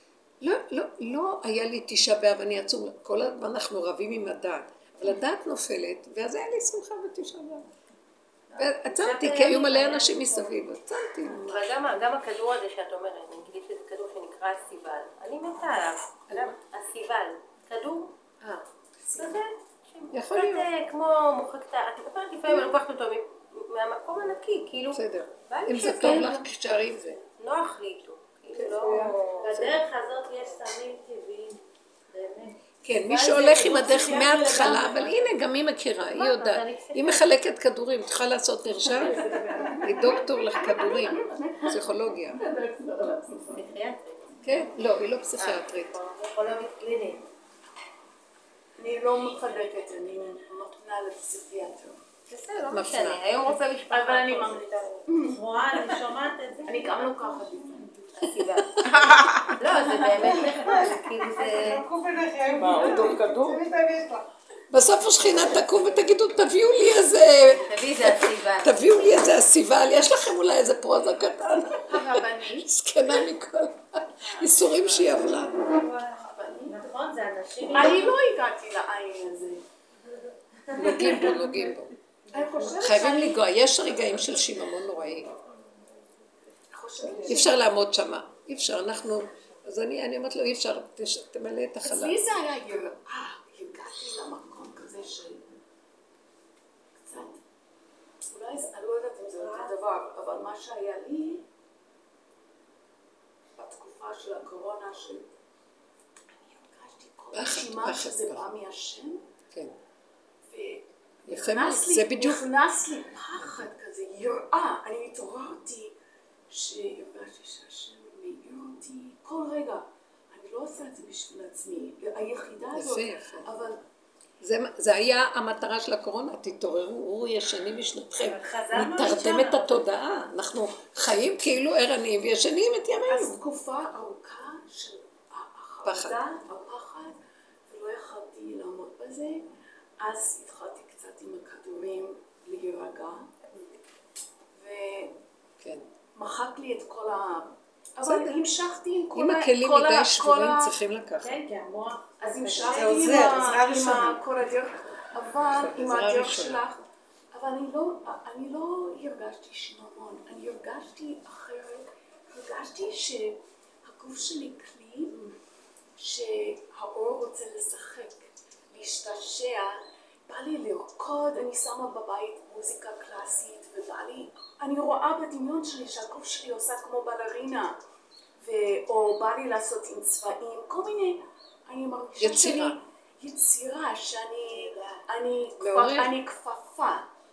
לא היה לי תשעה באב, אני עצום, כל הזמן אנחנו רבים עם הדת, אבל הדת נופלת, ואז היה לי שמחה בתשעה באב. ועצמתי, כי היו מלא אנשים מסביב, עצמתי. אבל גם הכדור הזה שאת אומרת, אני גיליתי שזה כדור שנקרא הסיבל, אני מתה עליו, הסיבל, כדור, כזה, יכול להיות. קצת כמו מוחק את את יודעת, לפעמים אני לוקחת אותו מהמקום הנקי, כאילו, בסדר, בא לי אם זה שכן, טוב לך, תשארי עם זה. נוח לי איתו, כאילו לא... בדרך הזאת יש סמים טבעיים, באמת. כן, מי שהולך עם הדרך מההתחלה, אבל הנה גם היא מכירה, היא יודעת. היא מחלקת כדורים, תוכל לעשות נרשם? היא דוקטור לכדורים, פסיכולוגיה. פסיכיאטרית. כן, לא, היא לא פסיכיאטרית. פסיכולוגית קלינית. אני לא מחלקת, אני מפנה לפסיכיאטר. בסדר, לא מפנה. משנה, היום רופא משפחה. אבל אני ממליצה. רואה, אני שומעת את זה. אני גם לוקחת לפעמים. הסיבל. לא, זה באמת נחמד, כאילו זה... מה, אותו כדור? בסוף השכינה תקום ותגידו, תביאו לי איזה... תביא זה הסיבל. תביאו לי איזה הסיבל, יש לכם אולי איזה פרוזה קטן. הרבנית. זקנה מכל האיסורים שהיא עברה. נכון, זה אנשים... אני לא הגעתי לעין הזה. נוגעים בו. חייבים לגוע, יש רגעים של שיממון נוראי. אי אפשר לעמוד שמה, אי אפשר, אנחנו... אז אני אומרת לו, אי אפשר, תמלא את החלל. אצלי זה היה יראה, הגעתי למקום כזה של... קצת... אולי אני לא יודעת אם זה אותו דבר, אבל מה שהיה לי בתקופה של הקורונה, אני הרגשתי כל רשימה שזה בא מהשם, כן. יפה מאוד, זה בדיוק. נכנס לי פחד כזה, יראה, אני התעוררתי שהרגשתי שהשם מעיר אותי כל רגע. אני לא עושה את זה בשביל עצמי, היחידה הזאת, יפה. אבל... זה היה המטרה של הקורונה, תתעוררו ישנים משנתכם, מתרדמת התודעה, אנחנו חיים כאילו ערניים וישנים את ימינו. אז תקופה ארוכה של החרדה, הפחד, ולא יכולתי לעמוד בזה, אז התחלתי קצת עם הכדורים להירגע, ומחק לי את כל ה... אבל המשכתי עם כל אם הכלים מדי שבורים צריכים לקחת. כן, כי המוח... אז המשכתי עם כל הדרך, אבל עם הדרך שלך, אבל אני לא הרגשתי שיממון, אני הרגשתי אחרת, הרגשתי שהגוף שלי כלי, שהאור רוצה לשחק, להשתעשע, בא לי לרקוד, אני שמה בבית מוזיקה קלאסית, ובא לי, אני רואה בדמיון שלי שהגוף שלי עושה כמו בלרינה, או בא לי לעשות עם צבעים, כל מיני, אני מרגישה יצירה, שאני כפפה,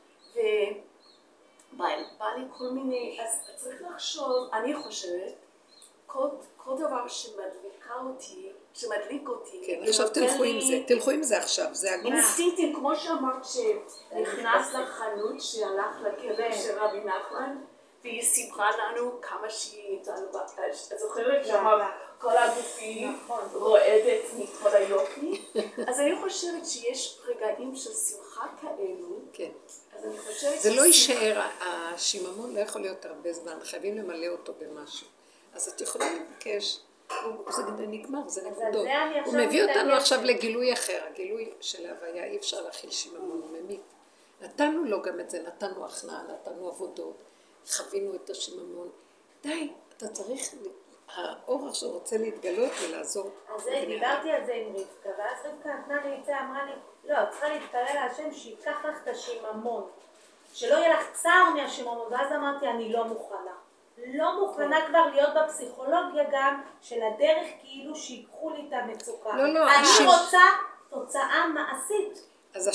ובא לי כל מיני, אז צריך לחשוב, אני חושבת, כל דבר שמדליק אותי, כן, עכשיו תלכו עם זה עכשיו, זה הגוף. אינסטינקטים, כמו שאמרת שנכנס לחנות שהלך לכלא של רבי נחמן, והיא סיפרה לנו כמה שהיא, את זוכרת שאמרת, כל הגופי רועדת מכל היופי. אז אני חושבת שיש רגעים של שמחה כאלו. כן. אז אני חושבת זה לא יישאר, השיממון לא יכול להיות הרבה זמן, חייבים למלא אותו במשהו. אז את יכולה לבקש, זה נגמר, זה נקודות. הוא מביא אותנו עכשיו לגילוי אחר, הגילוי של ההוויה, אי אפשר להכיל שיממון, הוא ממית. נתנו לו גם את זה, נתנו הכנעה, נתנו עבודות, חווינו את השיממון. די, אתה צריך, האור עכשיו רוצה להתגלות ולעזור. אז דיברתי על זה עם רבקה, ואז רבקה נתנה לי את זה, אמרה לי, לא, את צריכה להתפלל להשם שיקח לך את השיממון, שלא יהיה לך צער מהשיממון, ואז אמרתי, אני לא מוכנה. לא מוכנה כבר להיות בפסיכולוגיה גם של הדרך כאילו שיקחו לי את המצוקה. אני רוצה תוצאה מעשית. אז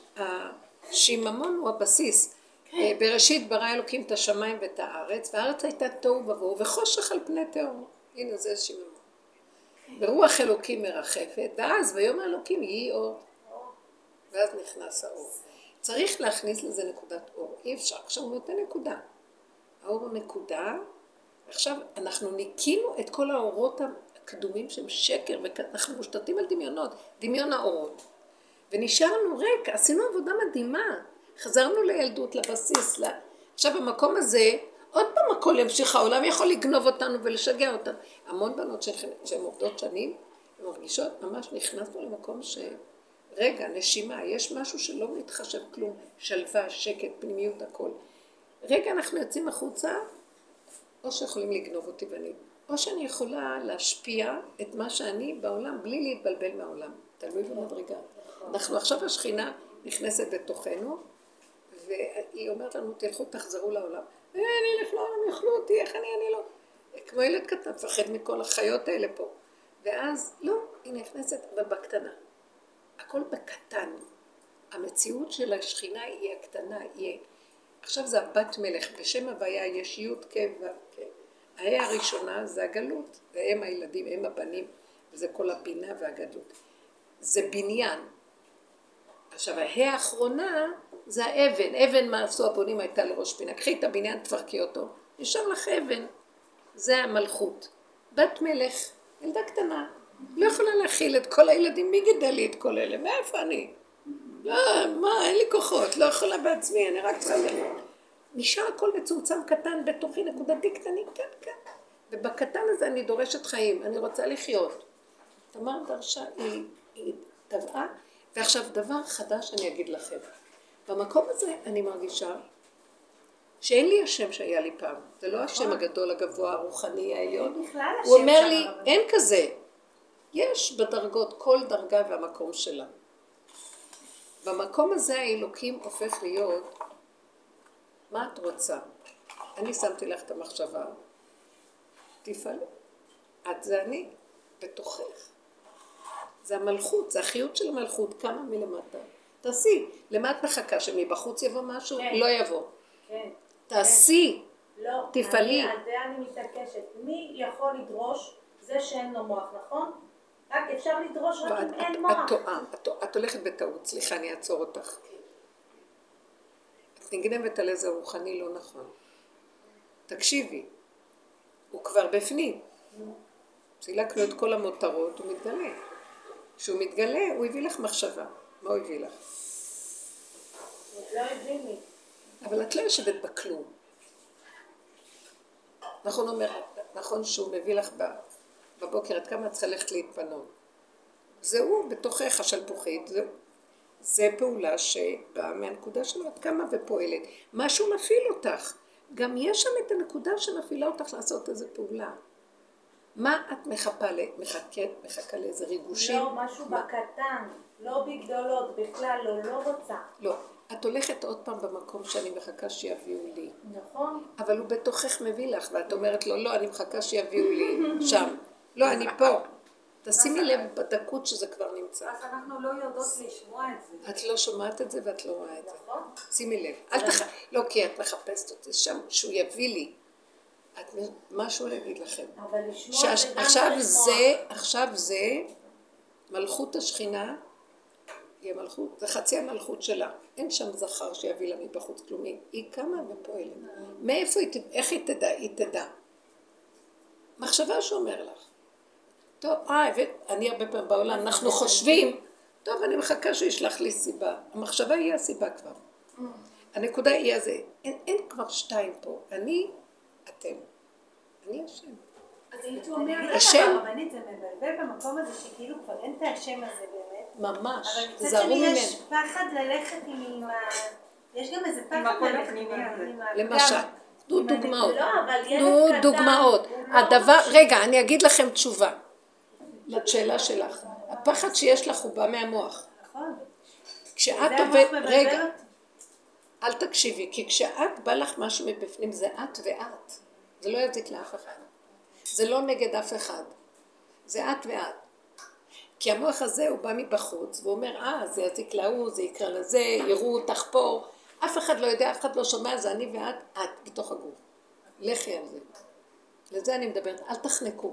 השיממון הוא הבסיס. בראשית ברא אלוקים את השמיים ואת הארץ, והארץ הייתה תוהו ובוהו וחושך על פני תהום. הנה זה שיממון. ברוח אלוקים מרחפת, ואז ויאמר אלוקים יהי אור. ואז נכנס האור. צריך להכניס לזה נקודת אור. אי אפשר. עכשיו הוא נותן נקודה. האור הוא נקודה. עכשיו אנחנו ניקינו את כל האורות הקדומים שהם שקר, ואנחנו מושתתים על דמיונות, דמיון האורות. ונשארנו ריק, עשינו עבודה מדהימה. חזרנו לילדות, לבסיס. עכשיו במקום הזה, עוד פעם הכל ימשיך, העולם יכול לגנוב אותנו ולשגע אותנו. המון בנות שהן עובדות שנים, הן מרגישות, ממש נכנסנו למקום רגע, נשימה, יש משהו שלא מתחשב כלום, שלווה, שקט, פנימיות, הכל. רגע אנחנו יוצאים החוצה, או שיכולים לגנוב אותי או שאני יכולה להשפיע את מה שאני בעולם, בלי להתבלבל מהעולם. תלוי במדרגה. אנחנו עכשיו השכינה נכנסת בתוכנו, והיא אומרת לנו, תלכו, תחזרו לעולם. אני אלך לעולם, יאכלו אותי, איך אני לא. כמו ילד קטן, מפחד מכל החיות האלה פה. ואז, לא, היא נכנסת בקטנה. הכל בקטן. המציאות של השכינה היא הקטנה, עכשיו זה הבת מלך, בשם הוויה יש י' כ' ו' כ'. ההא הראשונה זה הגלות, והם הילדים, הם הבנים, וזה כל הבינה והגדלות. זה בניין. עכשיו, ההא האחרונה זה האבן. אבן מה עשו הבונים הייתה לראש פינה. קחי את הבניין, תפרקי אותו. נשאר לך אבן. זה המלכות. בת מלך, ילדה קטנה. לא יכולה להכיל את כל הילדים. מי גידל לי את כל אלה? מאיפה אני? לא, מה, אין לי כוחות. לא יכולה בעצמי, אני רק צריכה ללכת. נשאר הכל מצומצם קטן בתוכי, נקודתי קטני, כן. ובקטן הזה אני דורשת חיים. אני רוצה לחיות. תמר דרשה, היא טבעה. ועכשיו דבר חדש אני אגיד לכם. במקום הזה אני מרגישה שאין לי השם שהיה לי פעם. זה לא השם הגדול, הגבוה, הרוחני, העליון. הוא אומר לי, אין כזה. יש בדרגות, כל דרגה והמקום שלה. במקום הזה האלוקים הופך להיות, מה את רוצה? אני שמתי לך את המחשבה, תפעלי. את זה אני, בתוכך. זה המלכות, זה החיות של המלכות, כמה מלמטה. תעשי, למה את מחכה שמבחוץ יבוא משהו? כן. לא יבוא. כן. תעשי, לא, תפעלי. על זה אני מתעקשת. מי יכול לדרוש? זה שאין לו מוח, נכון? רק אפשר לדרוש רק אם אין מוח. את הולכת בטעות, סליחה, אני אעצור אותך. את נגנבת על איזה רוחני לא נכון. תקשיבי, הוא כבר בפנים. סילקנו את כל המותרות, הוא מתגלה. כשהוא מתגלה, הוא הביא לך מחשבה. מה הוא הביא לך? לא הביא לי. אבל את לא יושבת בכלום. נכון שהוא מביא לך בבוקר, עד כמה את צריכה ללכת להתפנות. זהו, בתוכך השלפוחית, זה פעולה שבאה מהנקודה שלו, עד כמה ופועלת. משהו מפעיל אותך. גם יש שם את הנקודה שמפעילה אותך לעשות איזו פעולה. מה את מחכה לאיזה ריגושים? לא, משהו בקטן, לא בגדולות, בכלל לא רוצה. לא, את הולכת עוד פעם במקום שאני מחכה שיביאו לי. נכון. אבל הוא בתוכך מביא לך, ואת אומרת לו, לא, אני מחכה שיביאו לי שם. לא, אני פה. תשימי לב בדקות שזה כבר נמצא. אז אנחנו לא יודעות לשמוע את זה. את לא שומעת את זה ואת לא רואה את זה. נכון. שימי לב. לא, כי את מחפשת אותי שם, שהוא יביא לי. משהו להגיד לכם. אבל לשמוע זה גם לשמוע. עכשיו זה מלכות השכינה, היא המלכות, זה חצי המלכות שלה. אין שם זכר שיביא לה מבחוץ כלומי. היא קמה ופועלת. מאיפה איך היא תדע? היא תדע. מחשבה שאומר לך. טוב, אני הרבה פעמים בעולם, אנחנו חושבים, טוב, אני מחכה שהוא ישלח לי סיבה. המחשבה היא הסיבה כבר. הנקודה היא הזה, אין כבר שתיים פה, אני, אתם. אני השם. אז הייתי אומרת, השם? הרבנית זה מבלבל במקום הזה שכאילו כבר אין את השם הזה באמת. ממש, אבל מצד תזהרו שני ממנו. יש פחד ללכת עם ה... יש גם איזה פחד ללכת עם ה... למשל, תנו דוגמאות. לא, אבל ילד תנו קטן, דוגמאות. הוא לא הדבר, מקשיב. רגע, אני אגיד לכם תשובה. לשאלה שלך. הפחד שיש לך הוא בא מהמוח. נכון. כשאת זה המוח עובד, מבלבל רגע, אותי. אל תקשיבי, כי כשאת בא לך משהו מבפנים זה את ואת. זה לא יזיק לאף אחד. זה לא נגד אף אחד. זה את ואת. כי המוח הזה הוא בא מבחוץ, והוא אומר, זה יזיק להוא, זה יקרא לזה, יראו, תחפור. אף אחד לא יודע, אף אחד לא שומע, זה אני ואת, את, בתוך הגוף. לכי על זה. לזה אני מדברת, אל תחנקו.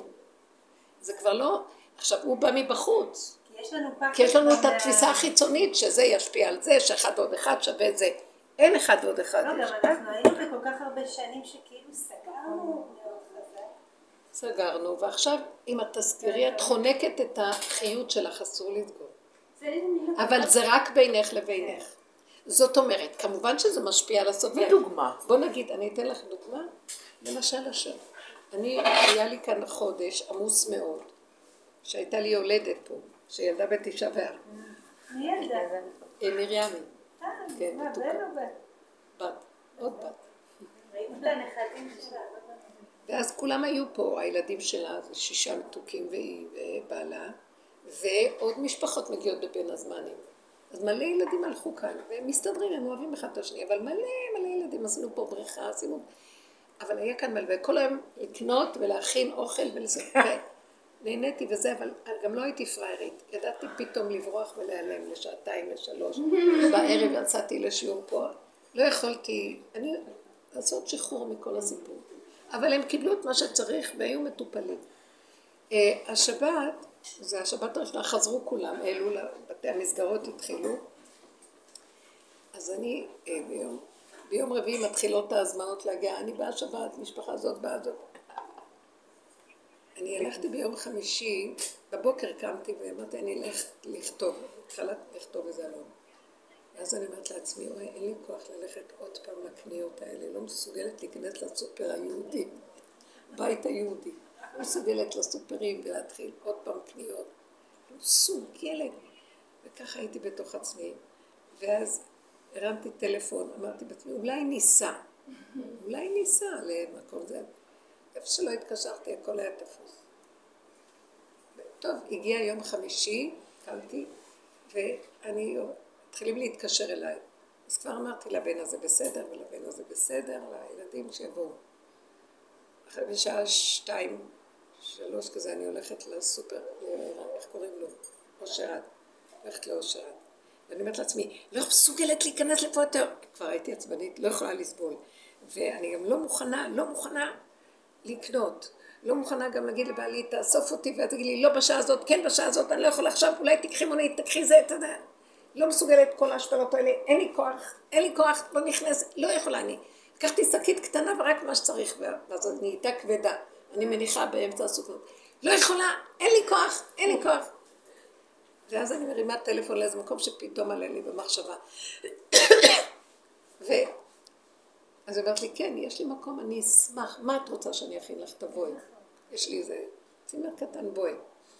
זה כבר לא, עכשיו הוא בא מבחוץ. כי יש לנו את התפיסה החיצונית, שזה ישפיע על זה, שאחד ועוד אחד שווה את זה. אין אחד ועוד אחד. לא, גם אנחנו היינו בכל כך הרבה שנים שכאילו סגרנו מאוד חזק. סגרנו, ועכשיו אם את תזכירי, את חונקת את החיות שלך, אסור לסגור. אבל זה רק בינך לבינך. זאת אומרת, כמובן שזה משפיע על הסובב. דוגמה. בוא נגיד, אני אתן לך דוגמה, למשל השם. היה לי כאן חודש עמוס מאוד, שהייתה לי יולדת פה, שילדה בתשעה באב. מי ילדה? מרימי. כן, מה, מתוקה. בן או בת? בת, עוד בת. ראינו את הנכדים שלה. ואז כולם היו פה, הילדים שלה, זה 6 מתוקים והיא ובעלה, ועוד משפחות מגיעות בבין הזמנים. אז מלא ילדים הלכו כאן, והם מסתדרים, הם אוהבים אחד את השני, אבל מלא ילדים, עשינו פה בריכה, עשינו... אבל היה כאן מלא, וכל היום לקנות ולהכין אוכל ולספר. נהניתי וזה, אבל גם לא הייתי פריירית. ידעתי פתאום לברוח ולהיעלם לשעתיים, לשלוש. בערב יצאתי לשיעור פה. לא יכולתי, אני לעשות שחרור מכל הסיפור. אבל הם קיבלו את מה שצריך והיו מטופלים. השבת, זה השבת הראשונה, חזרו כולם, העלו לבתי המסגרות, התחילו. אז אני ביום רביעי מתחילות ההזמנות להגיע, אני באה שבת, משפחה זאת, באה זאת. אני הלכתי ביום חמישי, בבוקר קמתי ואמרתי, אני אלך לכתוב, התחלת לכתוב איזה אלון. ואז אני אומרת לעצמי, אין לי כוח ללכת עוד פעם לקניות האלה, לא מסוגלת להיכנס לסופר היהודי, בית היהודי, לא מסוגלת לסופרים ולהתחיל עוד פעם קניות, לא מסוגלת. וככה הייתי בתוך עצמי, ואז הרמתי טלפון, אמרתי בעצמי, אולי ניסע למקום זה. איפה שלא התקשרתי, הכל היה תפוס. טוב, הגיע יום חמישי, קמתי, ואני התחילים להתקשר אליי. אז כבר אמרתי לבן הזה בסדר, ולבן הזה בסדר, לילדים שיבואו. אחרי בשעה 2, 3 כזה, אני הולכת לסופר, איך קוראים לו? אושרת. הולכת לאושרת. ואני אומרת לעצמי, לא מסוגלת להיכנס לפה יותר. כבר הייתי עצבנית, לא יכולה לסבול. ואני גם לא מוכנה לקנות. לא מוכנה גם להגיד לבעלי, תאסוף אותי ותגיד לי, לא בשעה הזאת, כן בשעה הזאת, אני לא יכולה עכשיו, אולי תקחי מונית, תקחי זה, אתה יודע. לא מסוגלת כל ההשפלות האלה, אין לי כוח, לא נכנס, לא יכולה אני. לקחתי שקית קטנה ורק מה שצריך, ואז אני נהייתה כבדה. אני מניחה באמצע הסוכנות. לא יכולה, אין לי כוח. ואז אני מרימה טלפון לאיזה מקום שפתאום עלה לי במחשבה. אז היא אומרת לי, כן, יש לי מקום, אני אשמח. מה את רוצה שאני אכין לך? תבואי. יש לי איזה צימר קטן, בואי.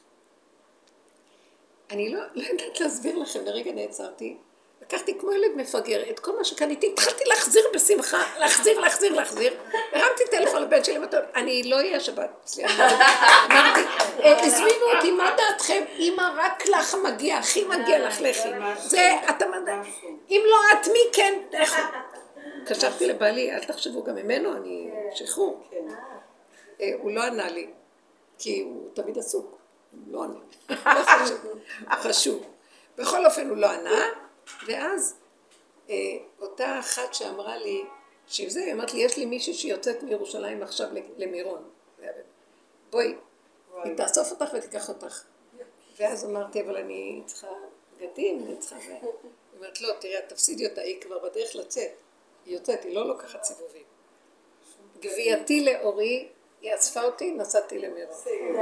אני לא יודעת להסביר לכם, לרגע נעצרתי. לקחתי כמו ילד מפגר, את כל מה שקניתי, התחלתי להחזיר בשמחה, להחזיר. הרמתי טלפון לבן שלי, אני לא אהיה שבת. אמרתי, תזמינו אותי, מה דעתכם? אמא, רק לך מגיע, הכי מגיע לך לכי. זה, אתה מדע. אם לא את, מי כן? קשבתי לבעלי, אל תחשבו גם ממנו, אני שחרור. הוא לא ענה לי, כי הוא תמיד עסוק. הוא לא ענה. חשוב. בכל אופן הוא לא ענה, ואז אותה אחת שאמרה לי, שעם זה היא אמרת לי, יש לי מישהו שיוצאת מירושלים עכשיו למירון. בואי, היא תאסוף אותך ותיקח אותך. ואז אמרתי, אבל אני צריכה בגדים, אני צריכה... היא אומרת, לא, תראה, תפסידי אותה, היא כבר בדרך לצאת. היא יוצאת, היא לא לוקחת סיבובים. גבייתי לאורי היא אספה אותי, נסעתי למירון.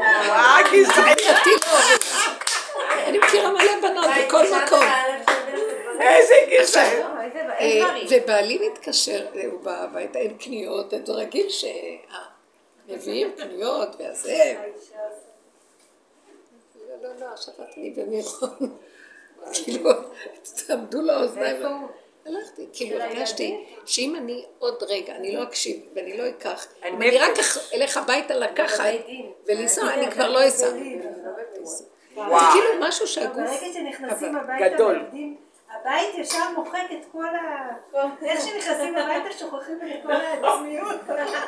אני מכירה מלא בנות בכל מקום. איזה גזען. ובעלי מתקשר, הוא בא הביתה, אין קניות, זה רגיל שמביאים קניות והזה. לא, עכשיו אני במירון. כאילו, תעמדו לאוזניים. הלכתי, כאילו הרגשתי שאם אני עוד רגע, אני לא אקשיב ואני לא אקח, אם אני רק אלך הביתה לקחת ולנסוע, אני כבר לא אסע. זה כאילו משהו שהגוף... ברגע שנכנסים הביתה ועובדים, הבית ישר מוחק את כל ה... איך שנכנסים הביתה שוכחים את כל העצמיות.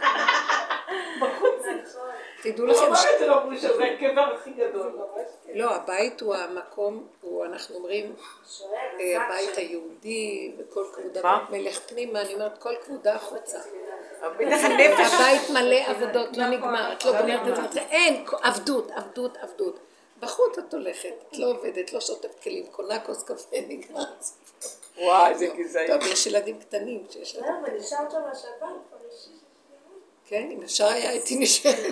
בחוץ. תדעו לכם... הוא אמר את זה לא שזה הקבר הכי גדול. לא, הבית הוא המקום, אנחנו אומרים, הבית היהודי וכל כבודה מלך פנימה, אני אומרת כל כבודה החוצה. הבית מלא עבודות, לא נגמר, את לא גומרת את זה, אין, עבדות. בחוץ את הולכת, את לא עובדת, לא שוטפת כלים, קונה כוס קפה, נגמר. וואי, זה גזעי. טוב, יש ילדים קטנים שיש להם. אבל נשארת שם השבת, כן, אם אפשר היה הייתי נשארת.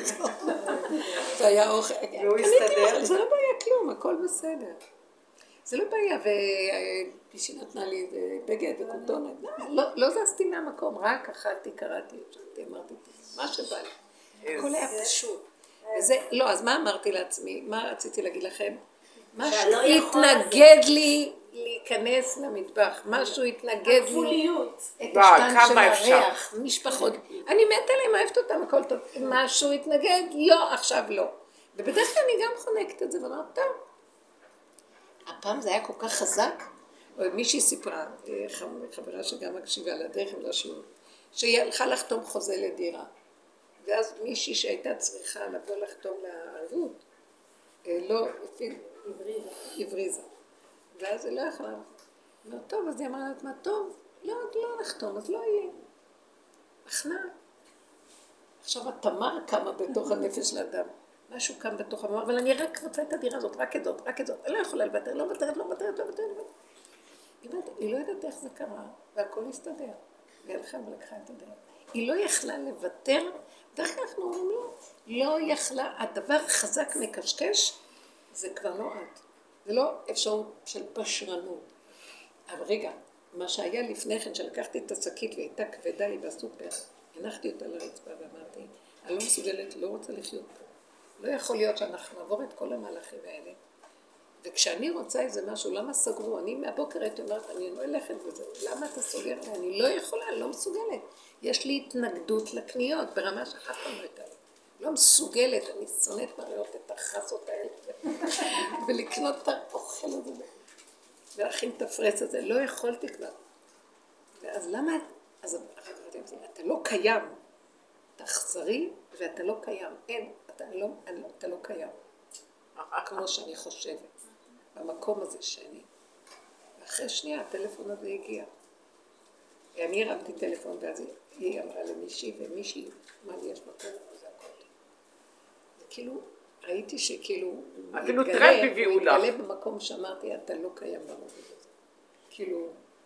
זה היה אוכל. והוא הסתדר. זה לא בעיה כלום, הכל בסדר. זה לא בעיה, ופישי נתנה לי בגד וקוטונת. לא זזתי מהמקום, רק אכלתי, קראתי, אמרתי, מה שבא לי. הכל היה פשוט. לא, אז מה אמרתי לעצמי? מה רציתי להגיד לכם? משהו התנגד לי להיכנס למטבח, משהו התנגד לי את השטן של הריח, משפחות. אני מתה להם, אוהבת אותם, הכל טוב. משהו התנגד, לא, עכשיו לא. ובדרך כלל אני גם חונקת את זה, ואומרת, טוב. הפעם זה היה כל כך חזק, מישהי סיפרה, חברה שגם מקשיבה לדרך עם השיעור, שהיא הלכה לחתום חוזה לדירה. ואז מישהי שהייתה צריכה לבוא לחתום לערבות, לא, הבריזה. ואז היא לא יכלה. אמרה, טוב, אז היא אמרה לה, מה טוב? לא נחתום, אז לא יהיה. הכנעה. עכשיו התמר קמה בתוך הנפש של האדם. משהו קם בתוך המאמר, אבל אני רק רוצה את הדירה הזאת, רק את זאת. אני לא יכולה לוותר, לא מוותרת. היא לא יודעת איך זה קרה, והכל הסתדר. והיא הלכה ולקחה את הדירה. היא לא יכלה לוותר, דרך כלל אנחנו אומרים לא יכלה, הדבר חזק מקשקש, זה כבר לא את. זה לא אפשרות של פשרנות. אבל רגע, מה שהיה לפני כן, שלקחתי את השקית והייתה כבדה לי בסופר, הנחתי אותה לרצפה ואמרתי, אני לא מסוגלת, לא רוצה לחיות פה. לא יכול להיות שאנחנו נעבור את כל המהלכים האלה. וכשאני רוצה איזה משהו, למה סגרו? אני מהבוקר הייתי אומרת, אני לא אלכת בזה. למה אתה סוגר לי? אני לא יכולה, אני לא מסוגלת. יש לי התנגדות לקניות, ברמה שאף פעם לא הייתה לי. לא מסוגלת, אני שונאת מראות את החסות האלה. ולקנות את האוכל הזה. ולהכין את הפרס הזה. לא יכולתי כבר. ואז למה? אז אתה לא קיים. אתה אכזרי ואתה לא קיים. אין, אתה לא קיים. כמו שאני חושבת. במקום הזה שאני. ואחרי שנייה הטלפון הזה הגיע. אני הרמתי טלפון ואז היא אמרה למישהי ומישהי אמרה לי יש מקום וזה הכל. וכאילו ראיתי שכאילו אפילו טרמפ הביאו לך. הוא מתגלה במקום שאמרתי אתה לא קיים ברובד הזה. כאילו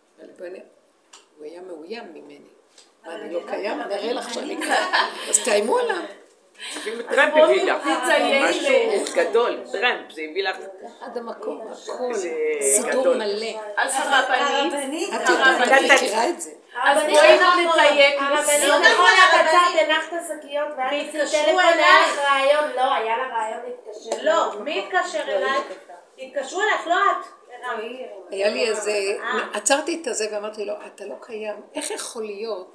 הוא היה מאוים ממני. אני לא קיים, נראה לך שאני קיים. אז תאיימו עליו. אפילו טרמפ הביא לך. משהו גדול, טרמפ, זה הביא לך. עד המקום, הכל, סידור מלא. אז הרבנית, את מכירה את זה. אז בואי נדייק. הרבנית נכון לבצעת הנחת שקיות ואז התקשרו אלייך רעיון, לא, היה לה רעיון להתקשר. לא, מי התקשר אלייך? התקשרו אלייך, לא את. היה לי איזה, עצרתי את הזה ואמרתי לו, אתה לא קיים, איך יכול להיות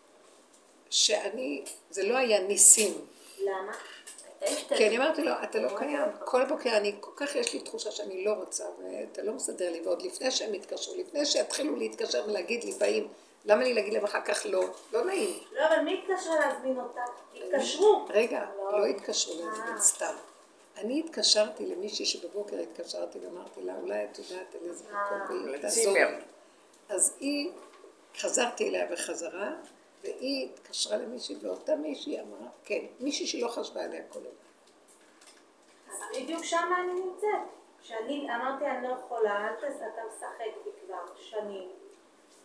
שאני, זה לא היה ניסים. למה? כי אני אמרתי לו, אתה לא קיים, כל בוקר אני, כל כך יש לי תחושה שאני לא רוצה, ואתה לא מסדר לי, ועוד לפני שהם יתקשרו, לפני שיתחילו להתקשר ולהגיד לי, באים, למה לי להגיד להם אחר כך לא? לא נעים. לא, אבל מי התקשר להזמין אותה? התקשרו. רגע, לא התקשרו להזמין סתם. אני התקשרתי למישהי שבבוקר התקשרתי ואמרתי לה, אולי את יודעת על איזה מקום והיא תעזור. אז היא, חזרתי אליה בחזרה, והיא התקשרה למישהי, ואותה מישהי אמרה, כן, מישהי שלא חשבה עליה כל הזמן. אז בדיוק שם אני נמצאת. כשאני אמרתי אני לא יכולה, אתה משחק בי כבר שנים,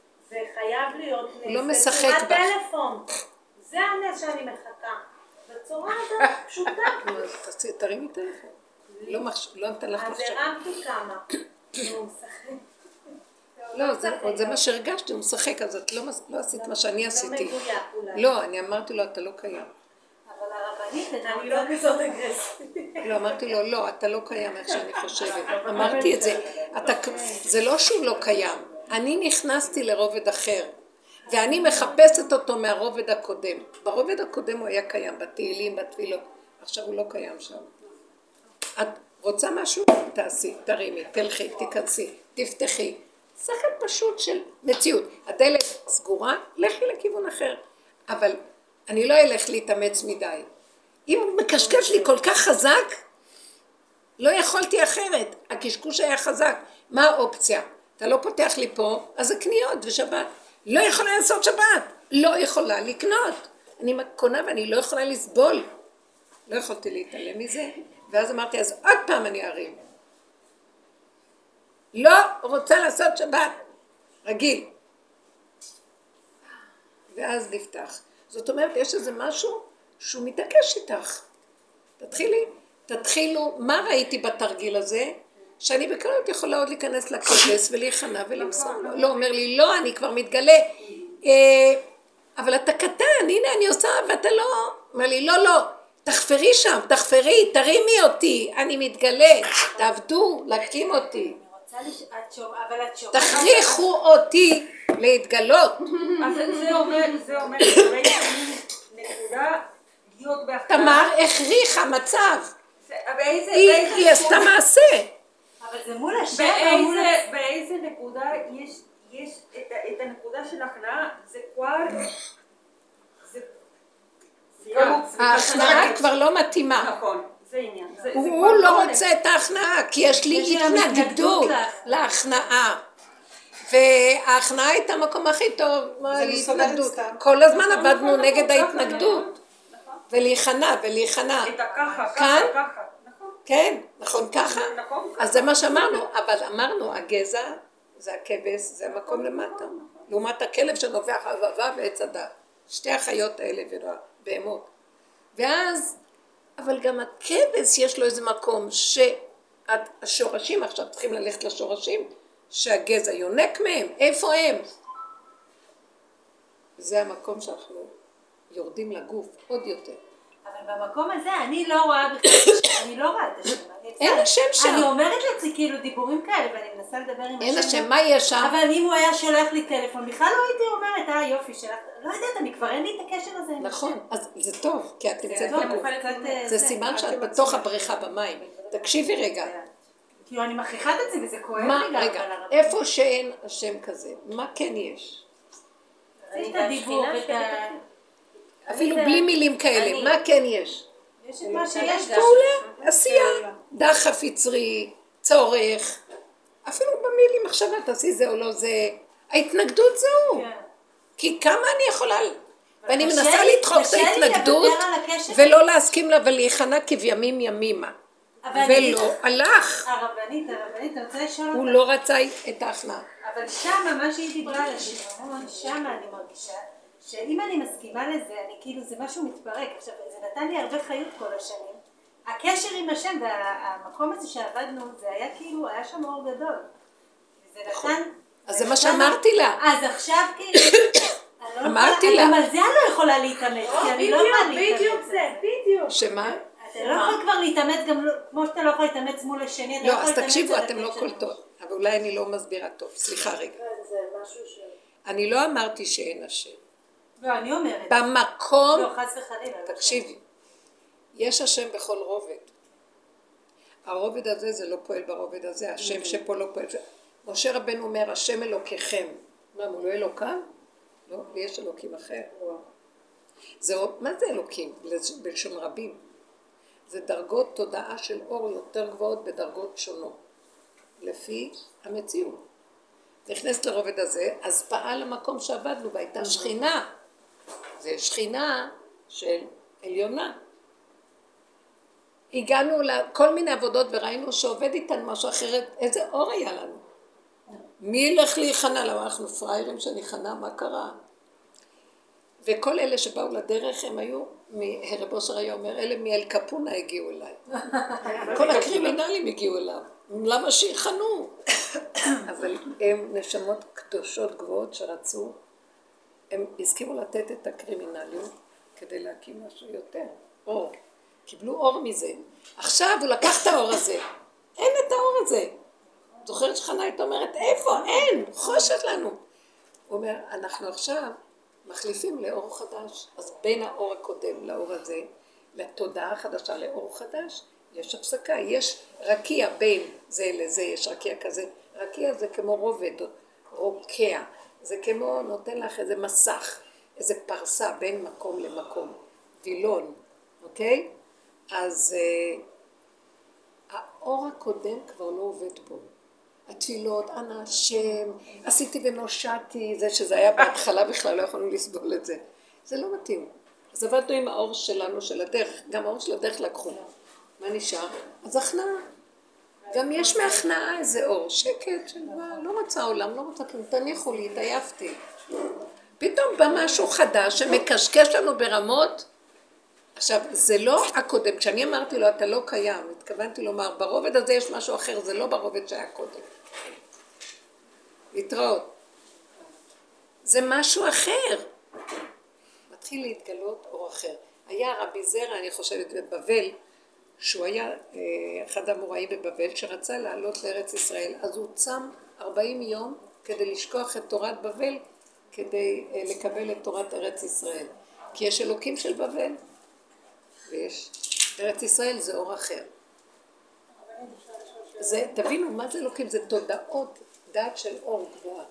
וחייב להיות לא נס משחק בצורת טלפון. זה הנס שאני מחכה. בצורה פשוטה. אז תרימי טלפון. לא נתן לך אז מחשב. הרמתי כמה. הוא משחק. זה מה שהרגשתי, הוא משחק, אז את לא עשית מה שאני עשיתי. לא מגויק אולי. לא, אני אמרתי לו, אתה לא קיים. אבל הרבנית, אני לא כזאת אגרסיבית. לא, אמרתי לו, לא, אתה לא קיים איך שאני חושבת. אמרתי את זה. זה לא שהוא לא קיים. אני נכנסתי לרובד אחר, ואני מחפשת אותו מהרובד הקודם. ברובד הקודם הוא היה קיים, בתהילים, בתפילות. עכשיו הוא לא קיים שם. את רוצה משהו? תעשי, תרימי, תלכי, תיכנסי, תפתחי. שכל פשוט של מציאות. הדלת סגורה, לכי לכיוון אחר. אבל אני לא אלך להתאמץ מדי. אם הוא מקשקש לי כל כך חזק, לא יכולתי אחרת. הקשקוש היה חזק. מה האופציה? אתה לא פותח לי פה, אז זה קניות ושבת. לא יכולה לעשות שבת. לא יכולה לקנות. אני קונה ואני לא יכולה לסבול. לא יכולתי להתעלם מזה. ואז אמרתי, אז עוד פעם אני ארים. לא רוצה לעשות שבת. רגיל. ואז נפתח. זאת אומרת, יש איזה משהו שהוא מתעקש איתך. תתחילו, מה ראיתי בתרגיל הזה? שאני בקלות יכולה עוד להיכנס לכבש ולהיכנע ולמסור לו. לא, אומר לי, לא, אני כבר מתגלה. אבל אתה קטן, הנה אני עושה, ואתה לא. אומר לי, לא, לא, תחפרי שם, תחפרי, תרימי אותי, אני מתגלה. תעבדו, להקים אותי. אבל את שומעת. תכריחו אותי להתגלות. אז זה אומר, נקודה להיות בהכרעה. תמר הכריחה מצב. היא עשתה מעשה. אבל זה מול השם. באיזה נקודה יש את הנקודה של הכנעה, זה כבר... ההכנעה כבר לא מתאימה. נכון, זה עניין. הוא לא רוצה את ההכנעה, כי יש לי התנגדות להכנעה. וההכנעה הייתה המקום הכי טוב, מה ההתנגדות? כל הזמן עבדנו נגד ההתנגדות. ולהיכנע. את הככה, ככה. כן, נכון ככה. אז זה מה שאמרנו, אבל אמרנו, הגזע זה הכבש, זה המקום למטה. לעומת הכלב שנובח אבבה ועץ הדת. שתי החיות האלה ובהמות. ואז, אבל גם הכבש יש לו איזה מקום שהשורשים, עכשיו צריכים ללכת לשורשים, שהגזע יונק מהם, איפה הם? זה המקום שאנחנו יורדים לגוף עוד יותר. אבל במקום הזה אני לא רואה בכלל, אני לא רואה את השם. אין השם שם. אני אומרת לעצמי כאילו דיבורים כאלה, ואני מנסה לדבר עם השם. אין השם, מה יש שם? אבל אם הוא היה שולח לי טלפון, בכלל לא הייתי אומרת, יופי שלך, לא יודעת, אני כבר אין לי את הקשר הזה. נכון, אז זה טוב, כי את נמצאת בגוף. זה סימן שאת בתוך הבריכה במים. תקשיבי רגע. כאילו אני מכריחה את עצמי וזה כואב מה, לי גם. רגע, איפה שאין השם כזה, מה כן יש? יש את הדיבור ואת ה... אפילו בלי מילים כאלה, מה כן יש? יש את מה שיש. פעולה, עשייה, דחף יצרי, צורך, אפילו במילים מחשבה, תעשי זה או לא זה, ההתנגדות זהו. כי כמה אני יכולה, ואני מנסה לדחוק את ההתנגדות, ולא להסכים לה ולהיכנע כבימים ימימה. ולא הלך. הרבנית, אתה רוצה לשאול אותה? הוא לא רצה את ההכנעה. אבל שמה, מה שהיא דיברה על השימון, שמה אני מרגישה, שאם אני מסכימה לזה, אני כאילו, זה משהו מתפרק. עכשיו, זה נתן לי הרבה חיות כל השנים. הקשר עם השם והמקום הזה שעבדנו, זה היה כאילו, היה שם אור גדול. זה נתן... אז זה מה שאמרתי לה. אז עכשיו כאילו... אמרתי לה. גם על זה אני לא יכולה להתאמץ, כי אני לא יכולה להתאמץ. בדיוק זה, בדיוק. שמה? אתה לא יכול כבר להתאמץ גם, כמו שאתה לא יכול להתאמץ מול השני, לא, אז תקשיבו, אתם לא כל טוב. אבל אולי אני לא מסבירה טוב. סליחה רגע. זה משהו ש... אני לא אמרתי שאין השם. לא, אני אומרת. במקום... לא, חס וחלילה. תקשיבי. יש השם בכל רובד. הרובד הזה זה לא פועל ברובד הזה, השם שפה לא פועל. משה רבנו אומר, השם אלוקיכם. מה, הוא לא אלוקם? לא, ויש אלוקים אחר. מה זה אלוקים? בלשון רבים. זה דרגות תודעה של אור יותר גבוהות בדרגות שונות. לפי המציאות. נכנסת לרובד הזה, אז פעל המקום שעבדנו בה, הייתה שכינה. זה שכינה של עליונה. הגענו לכל מיני עבודות וראינו שעובד איתנו משהו אחרת, איזה אור היה לנו. מי ילך להיכנע? למה אנחנו פריירים שניכנע? מה קרה? וכל אלה שבאו לדרך הם היו, הרב אושר היה אומר, אלה מאל קפונה הגיעו אליי. כל הקרימינלים הגיעו אליו. למה שיחנו? אבל הם נשמות קדושות גבוהות שרצו, הם הסכימו לתת את הקרימינליות כדי להקים משהו יותר. אור. קיבלו אור מזה. עכשיו הוא לקח את האור הזה. אין את האור הזה. זוכרת שחנה הייתה אומרת, איפה? אין, חושך לנו. הוא אומר, אנחנו עכשיו מחליפים לאור חדש. אז בין האור הקודם לאור הזה, לתודעה החדשה לאור חדש, יש הפסקה. יש רקיע בין זה לזה, יש רקיע כזה. רקיע זה כמו רובד, רוקע. זה כמו נותן לך איזה מסך, איזה פרסה בין מקום למקום. וילון, אוקיי? אז האור הקודם כבר לא עובד פה. התפילות, אנא השם, עשיתי ונושעתי, זה שזה היה בהתחלה בכלל, לא יכולנו לסבול את זה. זה לא מתאים. אז עבדנו עם האור שלנו, של הדרך, גם האור של הדרך לקחו. מה נשאר? אז הכנעה. גם יש מהכנעה איזה אור, שקט, לא מצא עולם, לא מצא כלום, תניחו לי, התעייפתי. פתאום בא משהו חדש שמקשקש לנו ברמות. עכשיו, זה לא הקודם, כשאני אמרתי לו, אתה לא קיים, התכוונתי לומר, ברובד הזה יש משהו אחר, זה לא ברובד שהיה קודם. להתראות. זה משהו אחר. מתחיל להתגלות אור אחר. היה רבי זרע, אני חושבת, בבבל, שהוא היה אחד המוראים בבבל, שרצה לעלות לארץ ישראל, אז הוא צם 40 יום כדי לשכוח את תורת בבל, כדי לקבל את תורת ארץ ישראל. כי יש אלוקים של בבל, ויש ארץ ישראל זה אור אחר. זה, תבינו מה זה אלוקים, זה תודעות דעת של אור גבוהה.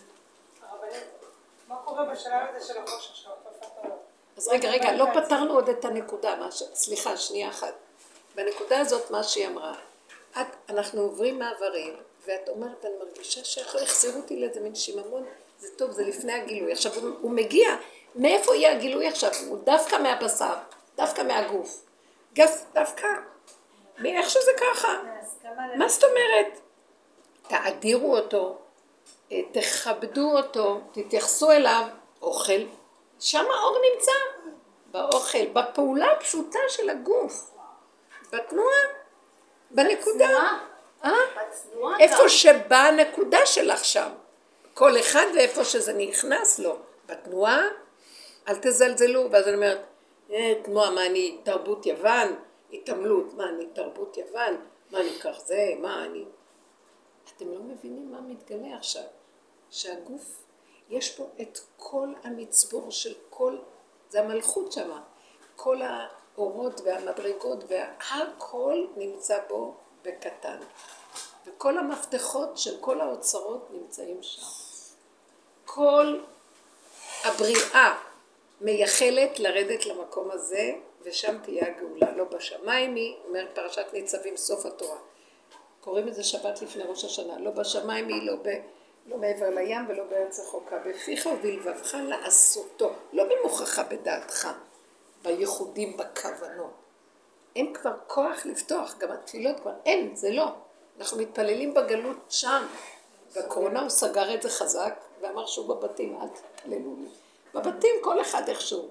מה קורה בשלב הזה של החושך של החלפת האור? אז רגע, לא פתרנו עוד את הנקודה, סליחה, שנייה אחת. בנקודה הזאת מה שהיא אמרה, אנחנו עוברים מעברים, ואת אומרת, אני מרגישה שהחזירו אותי לאיזה מין שיממון, זה טוב, זה לפני הגילוי. עכשיו הוא מגיע, מאיפה יהיה הגילוי עכשיו? הוא דווקא מהבשר, דווקא מהגוף. דווקא, מאיך שזה ככה. מה זאת אומרת? תאדירו אותו, תכבדו אותו, תתייחסו אליו, אוכל. שם האור נמצא, באוכל, בפעולה הפשוטה של הגוף. בתנועה, בנקודה. איפה שבא הנקודה שלך שם. כל אחד ואיפה שזה נכנס לו. בתנועה, אל תזלזלו. ואז אני אומרת, תנועה, מה אני תרבות יוון? התעמלות, מה אני תרבות יוון? מה אני כך זה? מה אני... אתם לא מבינים מה מתגלה עכשיו. שהגוף, יש פה את כל המצבור של כל... זה המלכות שמה. כל האורות והמדרגות והכל נמצא בו בקטן. וכל המפתחות של כל האוצרות נמצאים שם. כל הבריאה מייחלת לרדת למקום הזה, ושם תהיה הגאולה. לא בשמיים היא, אומר פרשת ניצבים, סוף התורה. קוראים את זה שבת לפני ראש השנה. לא בשמיים היא, לא מעבר לים ולא בארץ רחוקה. בפיך ובלבבך לעשותו. לא במוכחה בדעתך. בייחודים, בכוונות. אין כבר כוח לפתוח, גם התפילות כבר אין, זה לא. אנחנו מתפללים בגלות שם. בקורונה הוא סגר את זה חזק, ואמר שהוא בבתים, אל תתפללו לי. בבתים כל אחד איכשהו.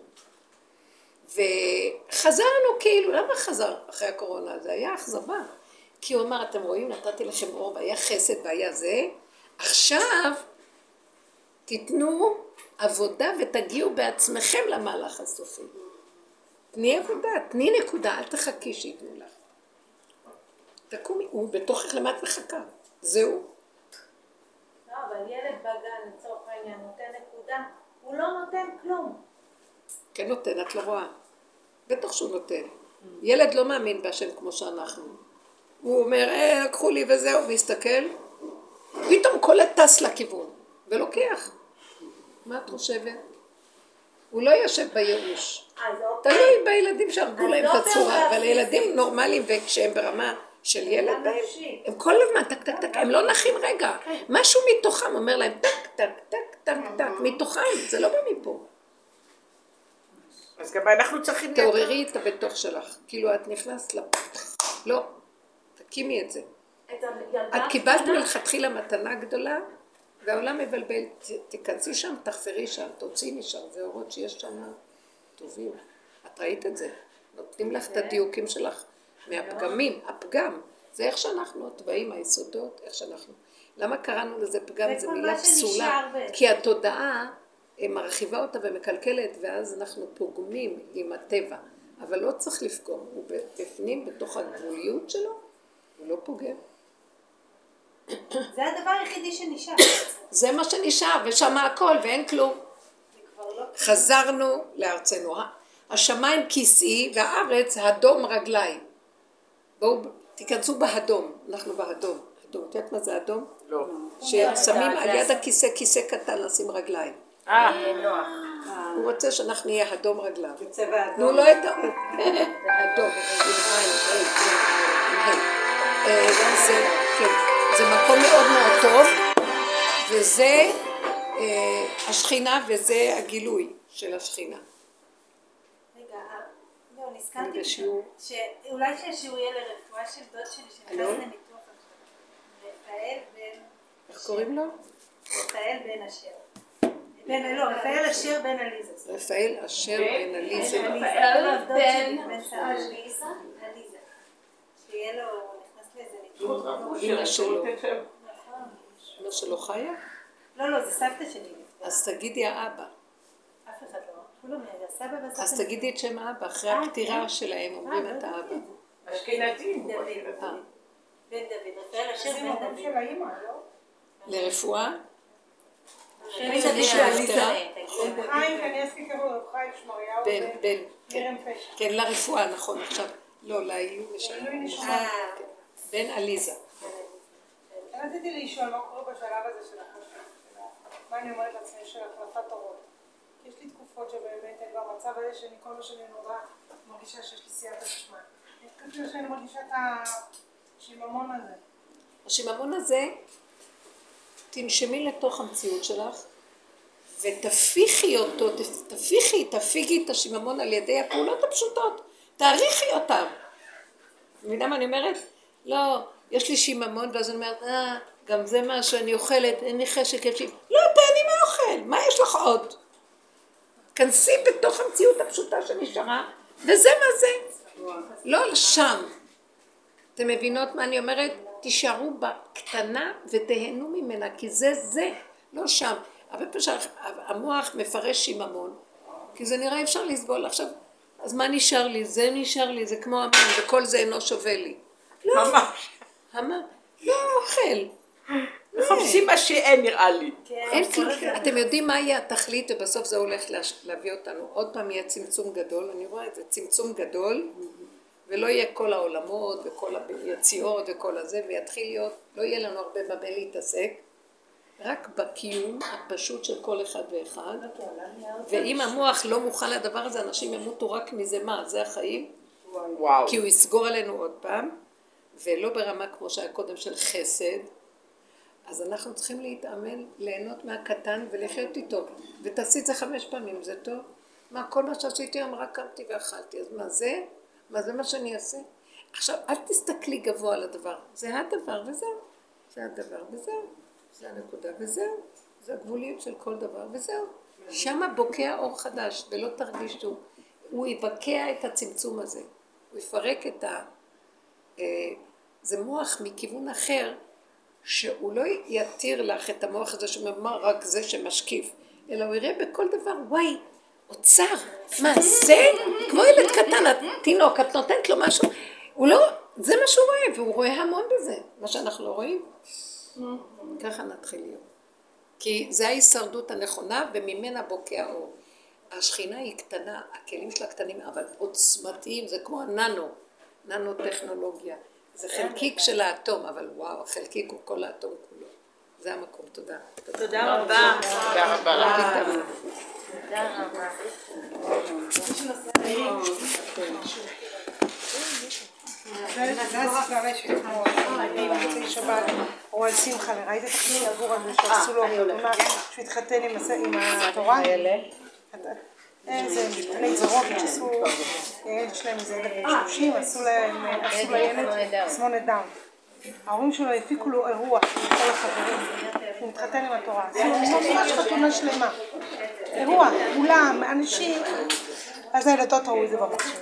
וחזרנו כאילו, למה חזר אחרי הקורונה? זה היה אכזבה. כי הוא אמר, אתם רואים, נתתי לכם אור, והיה חסד, והיה זה. עכשיו, תיתנו עבודה ותגיעו בעצמכם למהלך הסופי. תני עבודה, תני נקודה, אל תחכי שיתנו לך. תקומי, הוא בתוכך למט מחכה, זהו. לא, אבל ילד בגן, לצורך העניין, נותן נקודה, הוא לא נותן כלום. כן נותן, את לא רואה. בטח שהוא נותן. ילד לא מאמין בהשם כמו שאנחנו. הוא אומר, לקחו לי וזהו, מסתכל. פתאום כל הטס לכיוון, ולוקח. מה את חושבת? הוא לא יושב בייאוש. תלוי בילדים שהרגו להם את הצורה, אבל ילדים נורמליים וכשהם ברמה של ילד, הם כל הזמן טק טק טק, הם לא נחים רגע. משהו מתוכם אומר להם טק טק טק טק טק, מתוכם, זה לא בא מפה. אז גם אנחנו צריכים... תעוררי את הבתוך שלך, כאילו את נכנסת לא, תקימי את זה. את קיבלת מלכתחילה מתנה גדולה, והעולם מבלבל, תיכנסי שם, תחזרי שם, תוציאי משם, זה אורות שיש שם טובים. את ראית את זה? נותנים לך את הדיוקים שלך מהפגמים, הפגם. זה איך שאנחנו, הטבעים, היסודות, איך שאנחנו. למה קראנו לזה פגם? זה מילה פסולה. כי התודעה מרחיבה אותה ומקלקלת, ואז אנחנו פוגמים עם הטבע. אבל לא צריך לפגום, הוא בפנים בתוך הגבוליות שלו, הוא לא פוגם. זה הדבר היחידי שנשאר. זה מה שנשאר, ושם הכל, ואין כלום. חזרנו לארצנו. השמיים כיסאי והארץ הדום רגליים. בואו, תיכנסו בהדום, אנחנו בהדום. אדום, את יודעת מה זה אדום? לא. ששמים על יד הכיסא, כיסא קטן לשים רגליים. נוח. הוא רוצה שאנחנו נהיה אדום רגליו. בצבע אדום. נו, לא ידעו. אדום, זה מקום מאוד מאוד טוב, וזה השכינה וזה הגילוי של השכינה. רגע, לא, נזכרתי בשיעור. שאולי שהשיעור יהיה לרפואה של דוד שלי שנכנס לניתוח עכשיו. רפאל בן... איך קוראים לו? רפאל בן אשר. רפאל אשר בן עליזה. רפאל אשר בן עליזה. רפאל בן עליזה. שיהיה לו, נכנס לאיזה ניתוח. אמא שלו. אמא שלו חיה? לא, זה סבתא שלי. אז תגידי האבא. אף אחד לא. כולם הסבא והסבתא. אז תגידי את שם האבא. אחרי הפטירה שלהם אומרים את האבא. אשכנזים. בן דוד. רפאל אשר בן דוד. של האמא, לא? לרפואה? בן דוד של עליזה. חיים קניאסקי קראו לו חיים שמריהו בן. מרים פשע. כן, לרפואה, נכון, עכשיו. לא, לעילוי נשמה. בן עליזה. רציתי לשאול מה קורה בשלב הזה של החשב. מה אני אומרת לעצמי של החלפת אורות? יש לי תקופות שבאמת במצב הזה כל מה שאני נורא מרגישה שיש לי סייעת החשמל. יש תקופות שאני מרגישה את השיממון הזה. השיממון הזה, תנשמי לתוך המציאות שלך, ותפיחי אותו, תפיגי את השיממון על ידי הפעולות הפשוטות, תעריכי אותם. מבינה מה אני אומרת? לא, יש לי שיממון, ואז אני אומרת, גם זה מה שאני אוכלת, אין לי חשק, לא, תהני מהאוכל, מה יש לך עוד? כנסי בתוך המציאות הפשוטה שנשארה, וזה מה זה. לא שם. אתם מבינות מה אני אומרת? תישארו בקטנה ותהנו ממנה, כי זה, לא שם. אבל פשוט המוח מפרש שיממון, כי זה נראה אפשר לסבול. עכשיו, אז מה נשאר לי? זה נשאר לי, זה כמו המן, וכל זה אינו שווה לי. לא, המן, לא אוכל. מחפשים מה שאין נראה לי. אין כלום. אתם יודעים מה יהיה התכלית, ובסוף זה הולך להביא אותנו. עוד פעם יהיה צמצום גדול, אני רואה את זה, צמצום גדול, ולא יהיה כל העולמות וכל היציאות וכל הזה, ויתחיל להיות, לא יהיה לנו הרבה במה להתעסק, רק בקיום הפשוט של כל אחד ואחד, ואם המוח לא מוכן לדבר הזה, אנשים ימותו רק מזה. מה? זה החיים? וואו. כי הוא יסגור עלינו עוד פעם, ולא ברמה כמו שהיה קודם של חסד, אז אנחנו צריכים להתאמן, ליהנות מהקטן ולחיות איתו, ותעשי את זה 5 פעמים, זה טוב? מה, כל מה שעשיתי היום רק קמתי ואכלתי, אז מה זה? מה זה מה שאני אעשה? עכשיו, אל תסתכלי גבוה על הדבר, זה הדבר וזהו, זה הדבר וזהו, זה הנקודה וזהו, זה הגבוליות של כל דבר וזהו. שמה בוקע אור חדש, ולא תרגישו, הוא יבקע את הצמצום הזה, הוא יפרק את זה מוח מכיוון אחר, שהוא לא יתיר לך את המוח הזה שמאמר רק זה שמשקיף, אלא הוא יראה בכל דבר, וואי, אוצר, מה זה? כמו ילד קטן, תינוק, את נותנת לו משהו, הוא לא, זה מה שהוא רואה, והוא רואה המון בזה, מה שאנחנו לא רואים. ככה נתחיל להיות. כי זה ההישרדות הנכונה, וממנה בוקע אור. השכינה היא קטנה, הכלים שלה קטנים, אבל עוצמתיים, זה כמו ננו טכנולוגיה. זה חלקיק של האטום, אבל וואו, החלקיק הוא כל האטום כולו. זה המקום, תודה. תודה רבה. תודה רבה. תודה רבה. זה הסיפרה שכמו במוצאי שבת או על שמחה, ראית את הכלי עבור הזה שעשו לו שהוא התחתן עם התורה? זה משפני זרות שעשו, יש להם איזה 30, עשו לילד תסמונת דאון. ההורים שלו הפיקו לו אירוע עם כל החברים, הוא מתחתן עם התורה, עשו ממש חתונה שלמה, אירוע, כולם, אנשים, אז הילדות ראו את זה במחשב.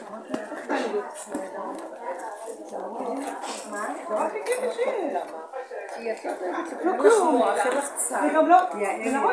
לא רק הגיע בשביל. לא כלום, זה גם לא,